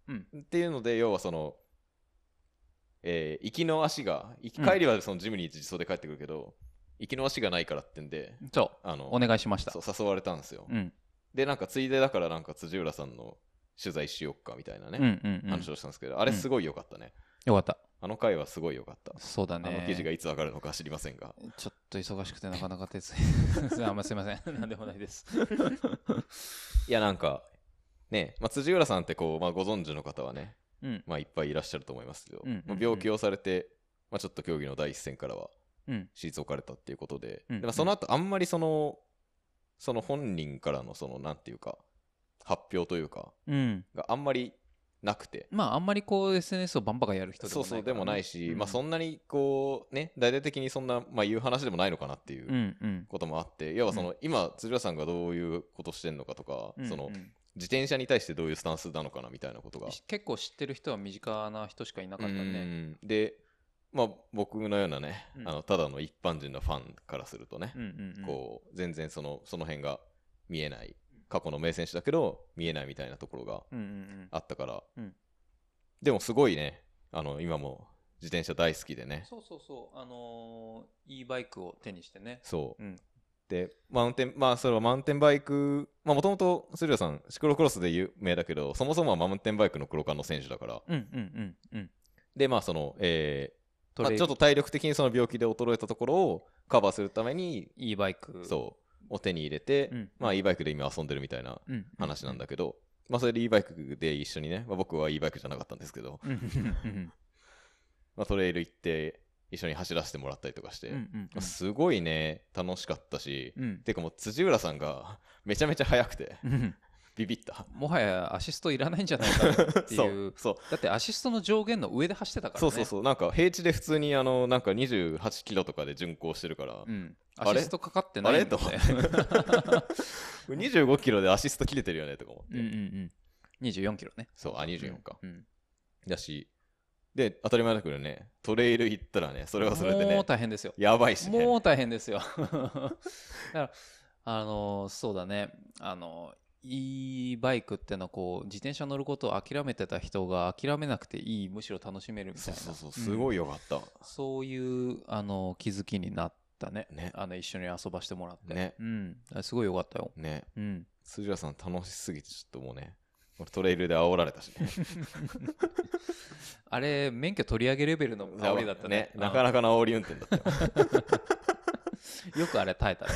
うん、 っていうので要はその、えー、行きの足が行き帰りはそのジムに自走で帰ってくるけど、うん、行きの足がないからってんで、 そうあのお願いしました。 そう誘われたんですよ、 うん、 でなんかついでだからなんか辻浦さんの取材しよっかみたいなね、 うんうんうん、 話をしたんですけど、あれすごい良かったね、 うん、よかった。 あの回はすごい良かった。 そうだね。 あの記事がいつ上がるのか知りませんが、 ちょっと忙しくてなかなか手伝いあんますいませんなんでもないですいやなんかね、まあ、辻浦さんってこう、まあ、ご存知の方はね、 うん、 まあ、いっぱいいらっしゃると思いますけど、 うんうんうん、 まあ、病気をされて、まあ、ちょっと競技の第一線からは退かれたっていうことで、 うん、 でもその後あんまりそのその本人からのそのなんていうか発表というか、 うん、 があんまりなくて、 まああんまりこう エスエヌエス をバンバカやる人でもないから、ね、 そうそうでもないし、 うん、 まあそんなにこうね大々的にそんな、まあ、言う話でもないのかなっていうこともあって、うんうん、要はその、うん、今辻浦さんがどういうことしてんのかとか、うんうん、その自転車に対してどういうスタンスなのかなみたいなことが結構知ってる人は身近な人しかいなかったね。 うんでまあ僕のようなね、うん、あのただの一般人のファンからするとね、うんうんうん、こう全然そのその辺が見えない、過去の名選手だけど見えないみたいなところがあったから、うんうんうん、でもすごいね、あの今も自転車大好きでね、 そうそうそう、あのー、いいバイクを手にしてね、 そう、 うん、 でマウンテンまあそれはマウンテンバイク、まあもともと辻浦さんシクロクロスで有名だけど、そもそもはマウンテンバイクの黒缶の選手だから、 うんうんうんうん、 でまあその、えーまあ、ちょっと体力的にその病気で衰えたところをカバーするためにいいバイクそうを手に入れて、うん、まあいいバイクで今遊んでるみたいな話なんだけど、うんうんうん、まあそれでいいバイクで一緒にね、まあ、僕はいいバイクじゃなかったんですけどまあトレイル行って一緒に走らせてもらったりとかして、うんうんうんまあ、すごいね楽しかったし、うん、てかもう辻浦さんがめちゃめちゃ速くてビビった。 もはやアシストいらないんじゃないかっていうそうそうだってアシストの上限の上で走ってたからね。 そうそうそう、なんか平地で普通にあのなんかにじゅうはちキロとかで巡航してるから、うん、 アシストかかってないんだよねにじゅうごキロでアシスト切れてるよねとか思って、うんうんうん、 にじゅうよんキロね。 そうあにじゅうよんか、うんうん、だしで当たり前だけどね、トレイル行ったらねそれはそれでねもう大変ですよ。 やばいしね、 もう大変ですよだからあのー、そうだね、あのーいいバイクってのはこう自転車乗ることを諦めてた人が諦めなくていい、むしろ楽しめるみたいな、 そうそうそう、すごいよかった、うん、 そういうあの気づきになったね、ねあの一緒に遊ばしてもらってね、うん、すごいよかったよね、うん、辻浦さん楽しすぎてちょっともうねトレイルで煽られたしねあれ免許取り上げレベルの煽りだったね、 ねなかなかな煽り運転だったよよくあれ耐えたね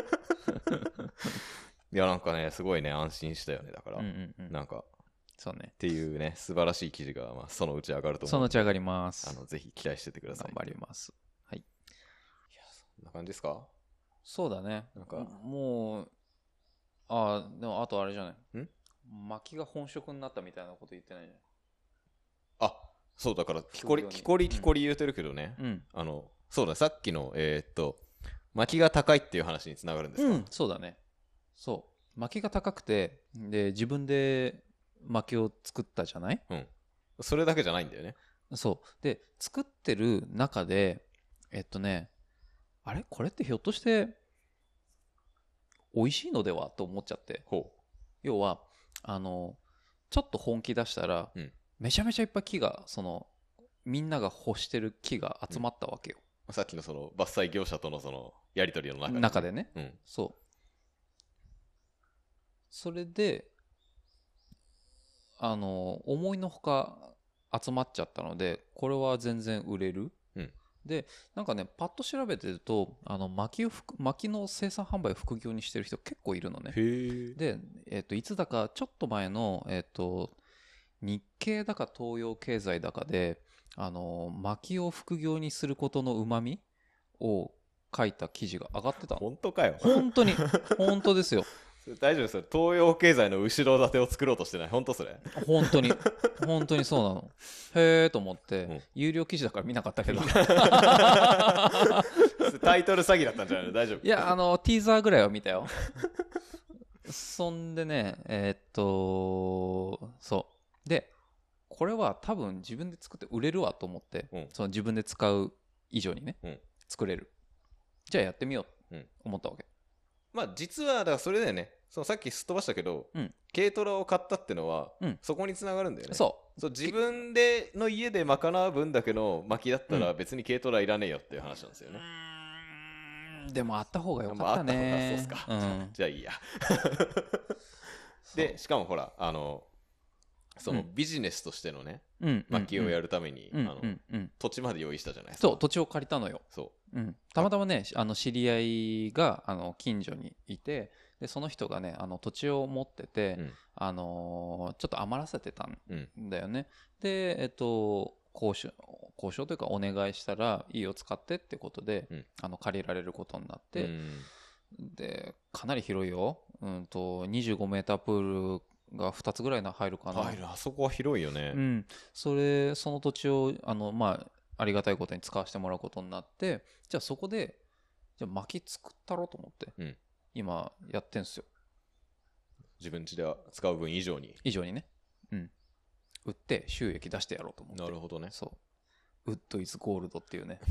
いやなんかねすごいね安心したよね。だから、うんうんうん、なんかそうねっていうね素晴らしい記事が、まあ、そのうち上がると思うので、 そのうち上がります。 あのぜひ期待しててください。 頑張ります。はい。いやそんな感じですか。 そうだね。なんかもうあでもあとあれじゃない。ん？薪が本職になったみたいなこと言ってないじゃない。 あそうだから木こり木こり木こり言うてるけどね。うん、あのそうださっきのえー、っと薪が高いっていう話につながるんですか。うん、 そうだね。そう薪が高くてで自分で薪を作ったじゃない、 うん、それだけじゃないんだよね。 そうで作ってる中でえっとねあれこれってひょっとして美味しいのではと思っちゃって。 ほう要はあのちょっと本気出したら、うん、めちゃめちゃいっぱい木がそのみんなが欲してる木が集まったわけよ、 うん、さっきのその伐採業者とのそのやり取りの中で ね, 中でね、 うん、 そうそれであの思いのほか集まっちゃったのでこれは全然売れる、うん、でなんかねパッと調べてるとあの薪を薪の生産販売を副業にしてる人結構いるのね。 へで、えー、といつだかちょっと前の、えー、と日経だか東洋経済だかであの薪を副業にすることのうまみを書いた記事が上がってたの。 本当かよ。 本当に本当ですよ大丈夫ですよ。東洋経済の後ろ盾を作ろうとしてない。本当それ。 本当に本当にそうなの。へーと思って、うん、有料記事だから見なかったけどタイトル詐欺だったんじゃないの。大丈夫。 いやあのティーザーぐらいは見たよそんでねえー、っとそうでこれは多分自分で作って売れるわと思って、うん、その自分で使う以上にね、うん、作れる。じゃあやってみようと思ったわけ、 うん、まあ実はだからそれだよね。そのさっきすっ飛ばしたけど、うん、軽トラを買ったってのは、うん、そこにつながるんだよね。 そそう自分での家で賄う分だけの薪だったら別に軽トラいらねえよっていう話なんですよね。 うん、でもあった方がよかったね。 まあ、あった方がそうっすか、うん、じゃあいいやでしかもほらあのそのビジネスとしてのね、うん、薪をやるために、うん、あの、うんうん、土地まで用意したじゃないですか。 そう、土地を借りたのよ。 そう、 うん、たまたまね、あの知り合いがあの近所にいて、でその人がねあの土地を持ってて、うん、あのー、ちょっと余らせてたんだよね。うん、で、えっと交渉交渉というかお願いしたらいいよ使ってってことで、うん、あの借りられることになって、うん、でかなり広いよ。うんとにじゅうごメータープールがふたつぐらい入るかな。 入る、あそこは広いよね。 うん、それその土地をあのまあありがたいことに使わせてもらうことになって、じゃあそこでじゃあ薪作ったろうと思って、うん、今やってんすよ。 自分家で使う分以上に以上にね、うん、売って収益出してやろうと思って。 なるほどね。 そうウッドイズゴールドっていうね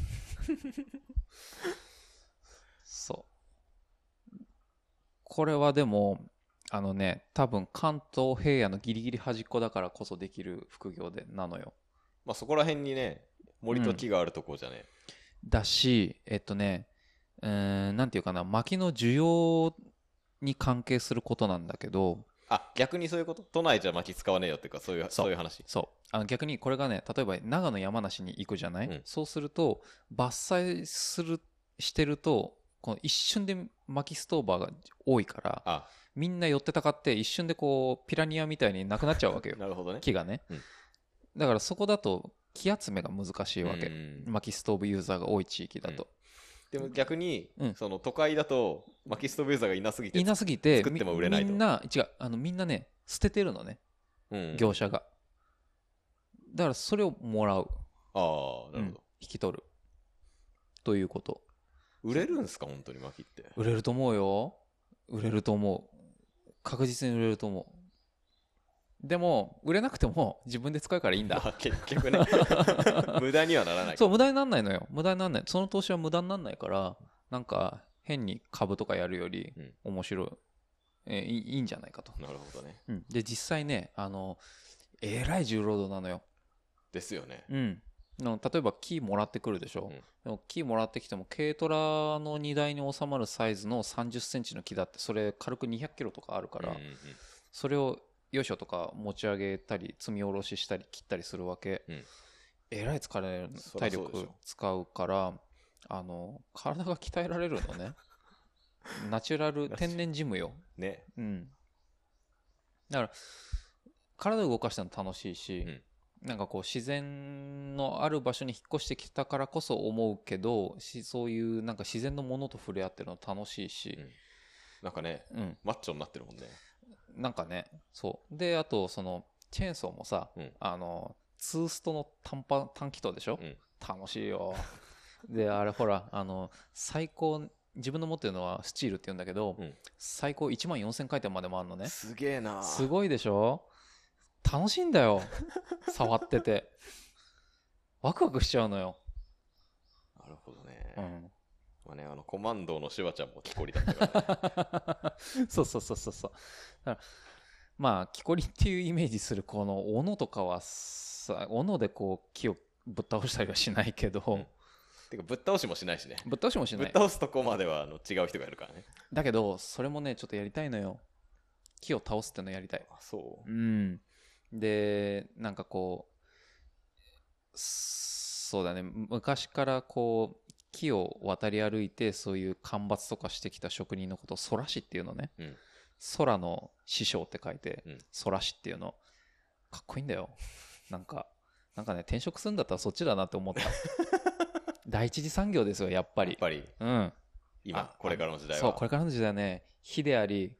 そうこれはでもあのね多分関東平野のギリギリ端っこだからこそできる副業でなのよ。 まあそこら辺にね森と木があるとこじゃね、 うん、だしえっとねうーんなんていうかな薪の需要に関係することなんだけど、 あ逆にそういうこと都内じゃ薪使わねえよっていうかそういうそういう話。 そうあの逆にこれがね例えば長野山梨に行くじゃない、うん、そうすると伐採するしてるとこの一瞬で薪ストーバーが多いからあみんな寄ってたかって一瞬でこうピラニアみたいになくなっちゃうわけよなるほどね木がね、うん、だからそこだと木集めが難しいわけ、薪ストーブユーザーが多い地域だと、 うん、でも逆に、うん、その都会だと薪ストーブユーザーがいなすぎていなすぎて作っても売れないと。 みんな違うあのみんなね捨ててるのね、うん、業者がだからそれをもらう。 ああなるほど、うん、 引き取るということ。 売れるんすか本当に薪って。 売れると思うよ。売れると思う。確実に売れると思う。でも売れなくても自分で使うからいいんだ、 まあ、結局ね無駄にはならない。 そう無駄にならないのよ。無駄にならない。その投資は無駄にならないからなんか変に株とかやるより面白い、うんえー、いいんじゃないかと。 なるほどね、 うん、で実際ねあのえらい重労働なのよ。 ですよね。 うんの例えばキーもらってくるでしょ、うん、でもキーもらってきても軽トラの荷台に収まるサイズのさんじゅっセンチの木だってそれ軽くにひゃくキロとかあるから、うんうんうん、それをよいしょとか持ち上げたり積み下ろししたり切ったりするわけ、うん、えらい疲れる体力使うからあの体が鍛えられるのねナチュラル天然ジムよ、 ね、 うん、だから体を動かしたの楽しいし、うんなんかこう自然のある場所に引っ越してきたからこそ思うけどそういうなんか自然のものと触れ合ってるの楽しいし、うん、 なんかね、うん、マッチョになってるもんね。 なんかねそうであとそのチェーンソーもさ、うん、あのツーストの単パ短気筒でしょ、うん、楽しいよであれほらあの最高自分の持ってるのはスチールって言うんだけど、うん、最高いちまんよんせん回転までもあるのね。 すげえな。 すごいでしょ。楽しいんだよ触っててワクワクしちゃうのよ。 なるほどね、うんまあね、あのコマンドのシュワちゃんも木こりだったからねそうそうそうそうそうだからまあ木こりっていうイメージするこの斧とかはさ斧でこう木をぶっ倒したりはしないけど、うん、 てかぶっ倒しもしないしね。 ぶっ倒しもしない。 ぶっ倒すとこまではあの違う人がいるからね。 だけどそれもねちょっとやりたいのよ。木を倒すってのやりたい。 あそううんでなんかこうそうだね昔からこう木を渡り歩いてそういう間伐とかしてきた職人のことを空師っていうのね、うん、空の師匠って書いて、うん、空師っていうのかっこいいんだよ。なんかなんかね転職するんだったらそっちだなって思った第一次産業ですよやっぱり。 やっぱり、 うん、 今これからの時代はそうこれからの時代はね火であり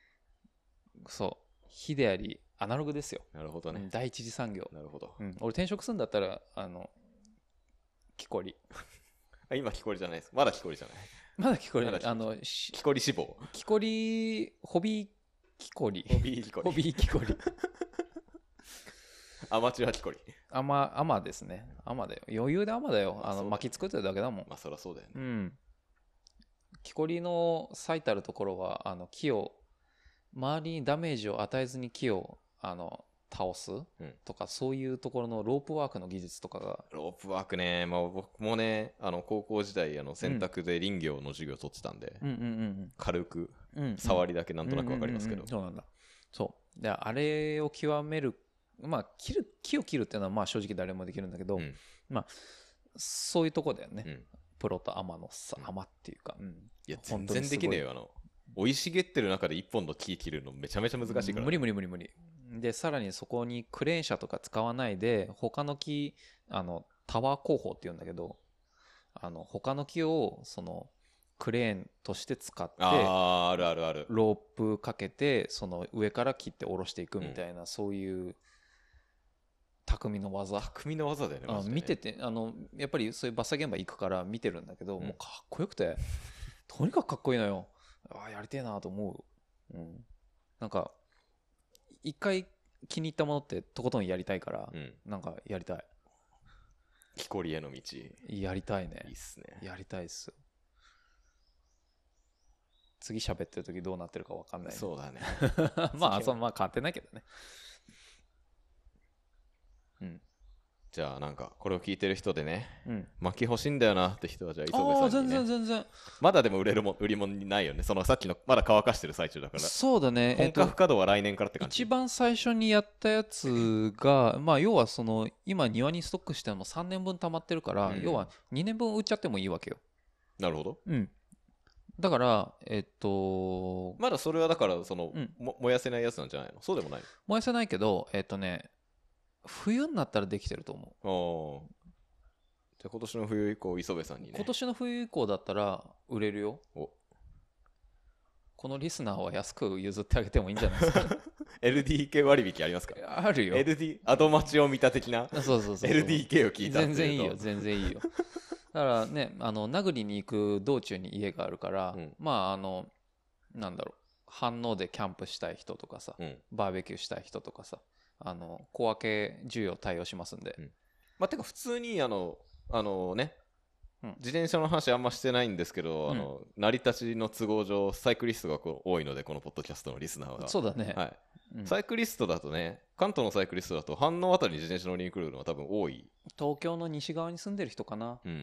そう火でありアナログですよ。 なるほどね、 うん、第一次産業。 なるほど、 うん、俺転職するんだったらあの木こり今木こりじゃないです。まだ木こりじゃない。 まだ木こりじゃない。あの木こり志望。 木こりホビー木こりホビー木こりホビー木こりアマチュア木こり。 アマアマですね。アマだよ。余裕でアマだよ。あの薪作ってるだけだもん。 まあそりゃそうだよね。 うん。木こりの最たるところはあの木を周りにダメージを与えずに木をあの倒す、うん、とかそういうところのロープワークの技術とかが。 ロープワークね、まあ、僕もねあの高校時代あの選択で林業の授業を取ってたんで、うんうんうんうん、軽く触りだけなんとなく分かりますけど、 そうなんだ。そうであれを極める、まあ切る木を切るっていうのはまあ正直誰もできるんだけど、うん、まあそういうとこだよね、うん、プロとアマの差、アマっていうか、うん、 いや全然できねえよ。あの生い茂ってる中で一本の木切るのめちゃめちゃ難しいから、ね、 無理無理無理無理で、さらにそこにクレーン車とか使わないで他の木、あのタワー工法っていうんだけど、あの他の木をそのクレーンとして使って、 あーあるあるあるロープかけてその上から切って下ろしていくみたいな、うん、そういう匠の技匠の技だよね、 マジでね。見ててあのやっぱりそういう伐採現場行くから見てるんだけど、うん、もうかっこよくてとにかくかっこいいのよ。ああやりてえなと思う、うん、なんか一回気に入ったものってとことんやりたいから、うん、なんかやりたい。 木こりへの道やりたいね。 いいっすね。 やりたいっす。次喋ってる時どうなってるか分かんない、ね、 そうだねまあそのまあ変わってないけどね。 うん。じゃあなんかこれを聞いてる人でね、うん、巻き欲しいんだよなって人はじゃあ磯部さんにね。あ全然全然。まだでも売れるも売り物にないよね。そのさっきのまだ乾かしてる最中だから。 そうだね。 本格稼働は来年からって感じ。 一番最初にやったやつがまあ要はその今庭にストックしてるのさんねんぶん溜まってるから、うん、要はにねんぶん売っちゃってもいいわけよ。 なるほど。 うん。だからえっとまだそれはだからその、うん、も燃やせないやつなんじゃないの？そうでもない？ 燃やせないけどえっとね。冬になったらできてると思う。あじゃあ今年の冬以降磯部さんにね。 今年の冬以降だったら売れるよ。おこのリスナーは安く譲ってあげてもいいんじゃないですかエルディーケー 割引ありますか？ あるよ。 エルディー アドマチを見た的な。 そうそうそうそうエルディーケー を聞いたっていうと全然いいよ全然いいよだからねあの名栗に行く道中に家があるから、うん、まああのなんだろう飯能でキャンプしたい人とかさ、うん、バーベキューしたい人とかさあの小分け需要対応しますんで、うん、 まあてか普通にあのあのね、うん、自転車の話あんましてないんですけど、うん、あの成り立ちの都合上サイクリストがこう多いのでこのポッドキャストのリスナーがそうだね、 はいうん、サイクリストだとね関東のサイクリストだと飯能あたりに自転車乗りに来るのは多分多い。 東京の西側に住んでる人かな。うん、うん、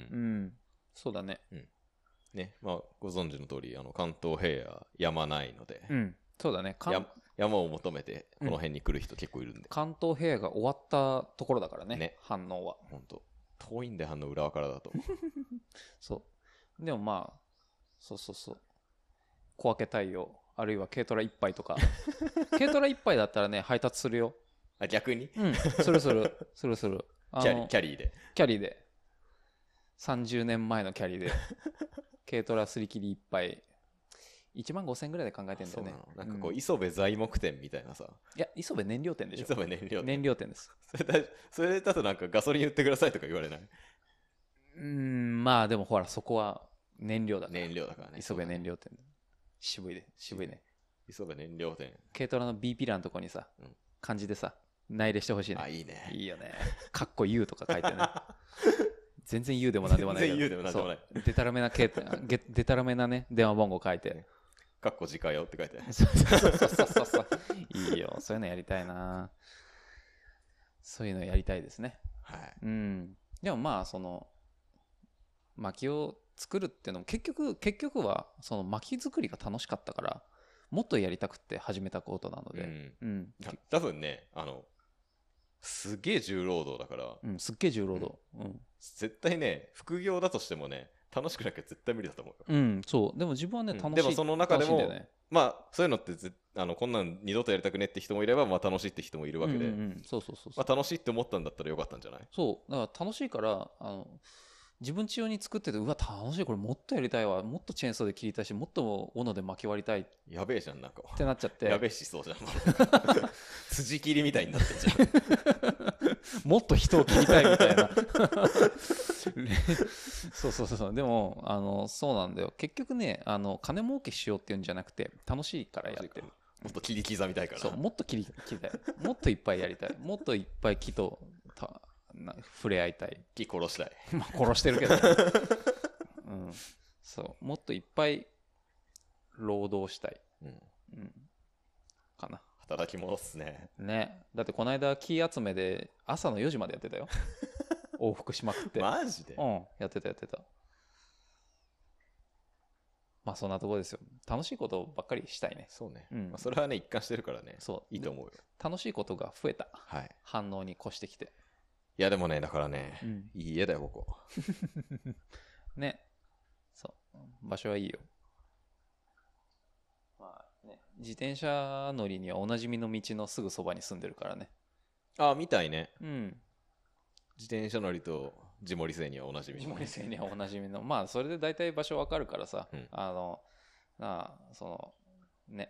そうだね、うんねまあ、ご存知の通りあの関東平野山ないので、 うん、そうだねや山を求めてこの辺に来る人結構いるんで、うん、 関東平野が終わったところだからね、ね飯能は本当遠いんで飯能浦和からだとそうでもまあそうそうそう小分け対応あるいは軽トラいっぱいとか軽トラいっぱいだったらね配達するよ。 あ逆にうんするするするするキャリーキャリーでキャリーでさんじゅうねんまえのキャリーで軽トラすり切りいっぱいいちまんごせんぐらいで考えてんだよね。 なんかこう、うん、磯部材木店みたいなさ。 いや磯部燃料店でしょ。 磯部燃料店燃料店です。 それだそれだとなんかガソリン売ってくださいとか言われない？ うーんまあでもほらそこは燃料だから燃料だからね。 磯部燃料店渋いで渋いね。 磯部燃料店軽トラの B ピラーのとこにさ、うん、漢字でさ内入れしてほしいね。 あいいねいいよねかっこ U とか書いてね全然 U でもなんでもないけど全然 U でもなんでもないでたらめな携帯でたらめなね電話番号書いてかっこ自家用って書いてあるそうそうそうそういいよそういうのやりたいな。そういうのやりたいですね。 はいうんでもまあその薪を作るっていうのも結局結局はその薪作りが楽しかったからもっとやりたくて始めたことなので、うんうん、多分ねあのすげえ重労働だから、 うん、すっげえ重労働、うん、 絶対ね副業だとしてもね楽しくなきゃ絶対無理だと思うよ。 うんそうでも自分はね、うん、楽しいでもその中でも、ね、まあそういうのってずあのこんなん二度とやりたくねって人もいれば、まあ、楽しいって人もいるわけで、うんうん、 そうそうそうそう、 まあ、楽しいって思ったんだったらよかったんじゃない？ そうだから楽しいからあの自分家用に作っててうわ楽しいこれもっとやりたいわもっとチェーンソーで切りたいしもっと斧で巻き割りたいやべえじゃんなんかってなっちゃってやべえしそうじゃん辻切りみたいになってんじゃんもっと人を切りたいみたいなそうそうそうそうでもあのそうなんだよ結局ねあの金儲けしようっていうんじゃなくて楽しいからやってる。 もっと切り刻みたいからそうもっと切り切りたいもっといっぱいやりたいもっといっぱい木とたな触れ合いたい木殺したいまあ殺してるけど、ねうん、そうもっといっぱい労働したい、うんうん、かな働き者っすね。 ね。だってこの間木集めで朝のよじまでやってたよ。往復しまくって。 マジで？ うん、やってたやってた。まあそんなところですよ。楽しいことばっかりしたいね。 そうね。 うんまあ、それはね、一貫してるからね。 そう。 いいと思うよ。 楽しいことが増えた。 はい。 反応に越してきて。 いやでもね、だからね、 うん、 いい家だよ、ここ。 ね。そう。場所はいいよ。まあね、自転車乗りにはおなじみの道のすぐそばに住んでるからね。 ああ、みたいね。 うん。 自転車乗りと地盛り生にはおなじみ、 地盛り生にはおなじみの。まあ、それで大体場所わかるからさ。うん、あの、なあ、その、ね。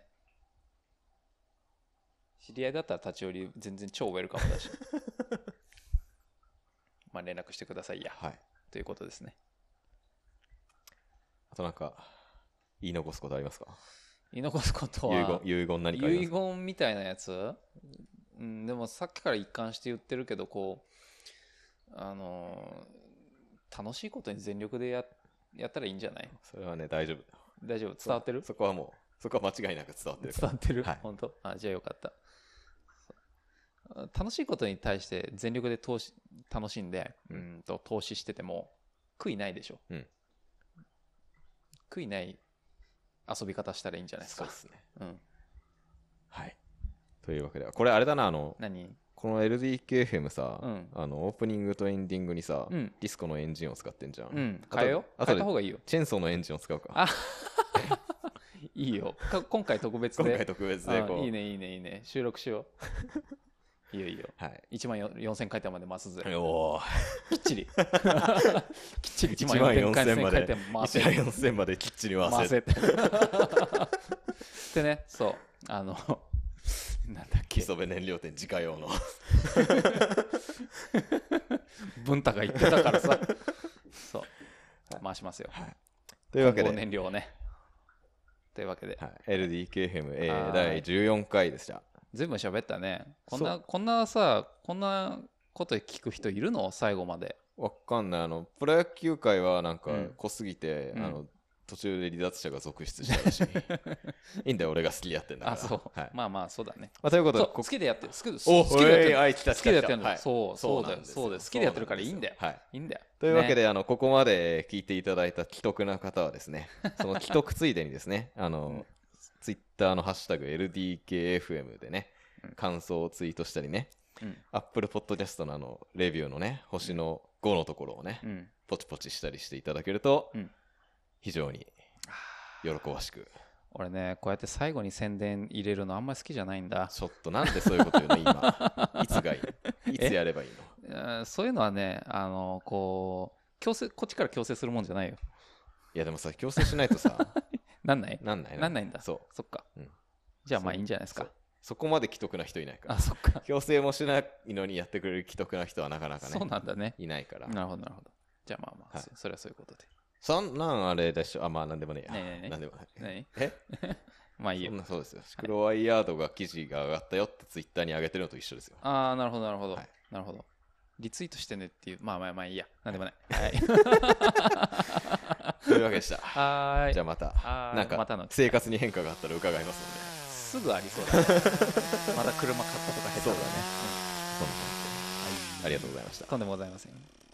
知り合いだったら立ち寄り全然超ウェルカムだし。まあ連絡してくださいや。 はい。 ということですね。 あとなんか、言い残すことありますか？ 言い残すことは。 遺言、遺言何かありますか？ 遺言みたいなやつ？うん、でもさっきから一貫して言ってるけど、こう、あのー、楽しいことに全力でや、やったらいいんじゃない？ それはね、大丈夫。 大丈夫。伝わってる？ そこはもう、そこは間違いなく伝わってる。 伝わってる？ はい、 本当？あ、じゃあよかった。楽しいことに対して全力で投資楽しんで、うん、うんと投資してても悔いないでしょ、うん、悔いない遊び方したらいいんじゃないですか。 そうですね、 うん、 はいというわけでこれあれだな、あの何この エルディーケーエフエム さ、うん、あのオープニングとエンディングにさ、うん、ディスコのエンジンを使ってんじゃん、 うん、変えよう。変えた方がいいよ。 チェーンソーのエンジンを使うか。 あいいよ。今回特別で。 今回特別でこう。 いいねいいねいいね。収録しよう。いいよいいよ。はい。いちまんよんせん回転まで回すぜ。おきっちり。きっちりいちまんよんせん回転回せ。 いちまんよんせんまできっちり回せ。回せ。 でね、そう。あの、なんだっけ。 磯部燃料店自家用の。 文太が言ってたからさ。そう。回しますよ。はい。 というわけで。 燃料をね。というわけで。 はい。エルディーケーエフエム、えー、だいじゅうよんかいでした。 全部喋ったね。こんな、こんなさ、こんなこと聞く人いるの？最後まで。 わかんない。あの、プロ野球界はなんか濃すぎて、うん、あの、途中で離脱者が続出したらしい。いいんだよ、俺が好きでやってんだから。 あ、そう。はい、まあまあ、そうだね。 まあ、ということで、 好きでやってる。好きで好きでやってる。 好きでやってる。そう、そうだよ。そうです。好きでやってるからいいんだよ。はい。いいんだよ。 というわけで、あの、ここまで聞いていただいた既得な方はですね、その既得ついでにですね、あの、ツイッターのハッシュタグ エルディーケーエフエム でね、感想をツイートしたりね、うん、Apple Podcast のあのレビューのね星のごのところをね、うん、ポチポチしたりしていただけると、うん、非常に喜ばしく。 俺ね、こうやって最後に宣伝入れるのあんまり好きじゃないんだ。 ちょっとなんでそういうこと言うの今。いつがいい？いつやればいいの？そういうのはね、あのこう強制、こっちから強制するもんじゃないよ。 いやでもさ、強制しないとさなんないなんないなんないんだ。 そうそっか、うん、じゃあまあいいんじゃないですか。 そこまで既得な人いないから。 あ、そっか。 強制もしないのにやってくれる既得な人はなかなかね。 そうなんだね。 いないから。 なるほどなるほど。じゃあまあまあ、はい、それはそういうことで。 そんなんあれでしょ。あ、まあなんでもねえや。 ねえねえねえなんでもない。 何えまあいいよ。 そんなそうですよ。シクロワイヤードが記事が上がったよってツイッターに上げてるのと一緒ですよ。 ああ、なるほどなるほど、はい。なるほど。リツイートしてねっていう。まあまあまあいいや。なんでもない。はい。 というわけでした。 はい。 じゃあまた、なんか生活に変化があったら伺いますので。 すぐありそうだね。まだ車買ったとか下手だね。 そうだね。うん、そんな感じで。はい。ありがとうございました。 とんでもございません。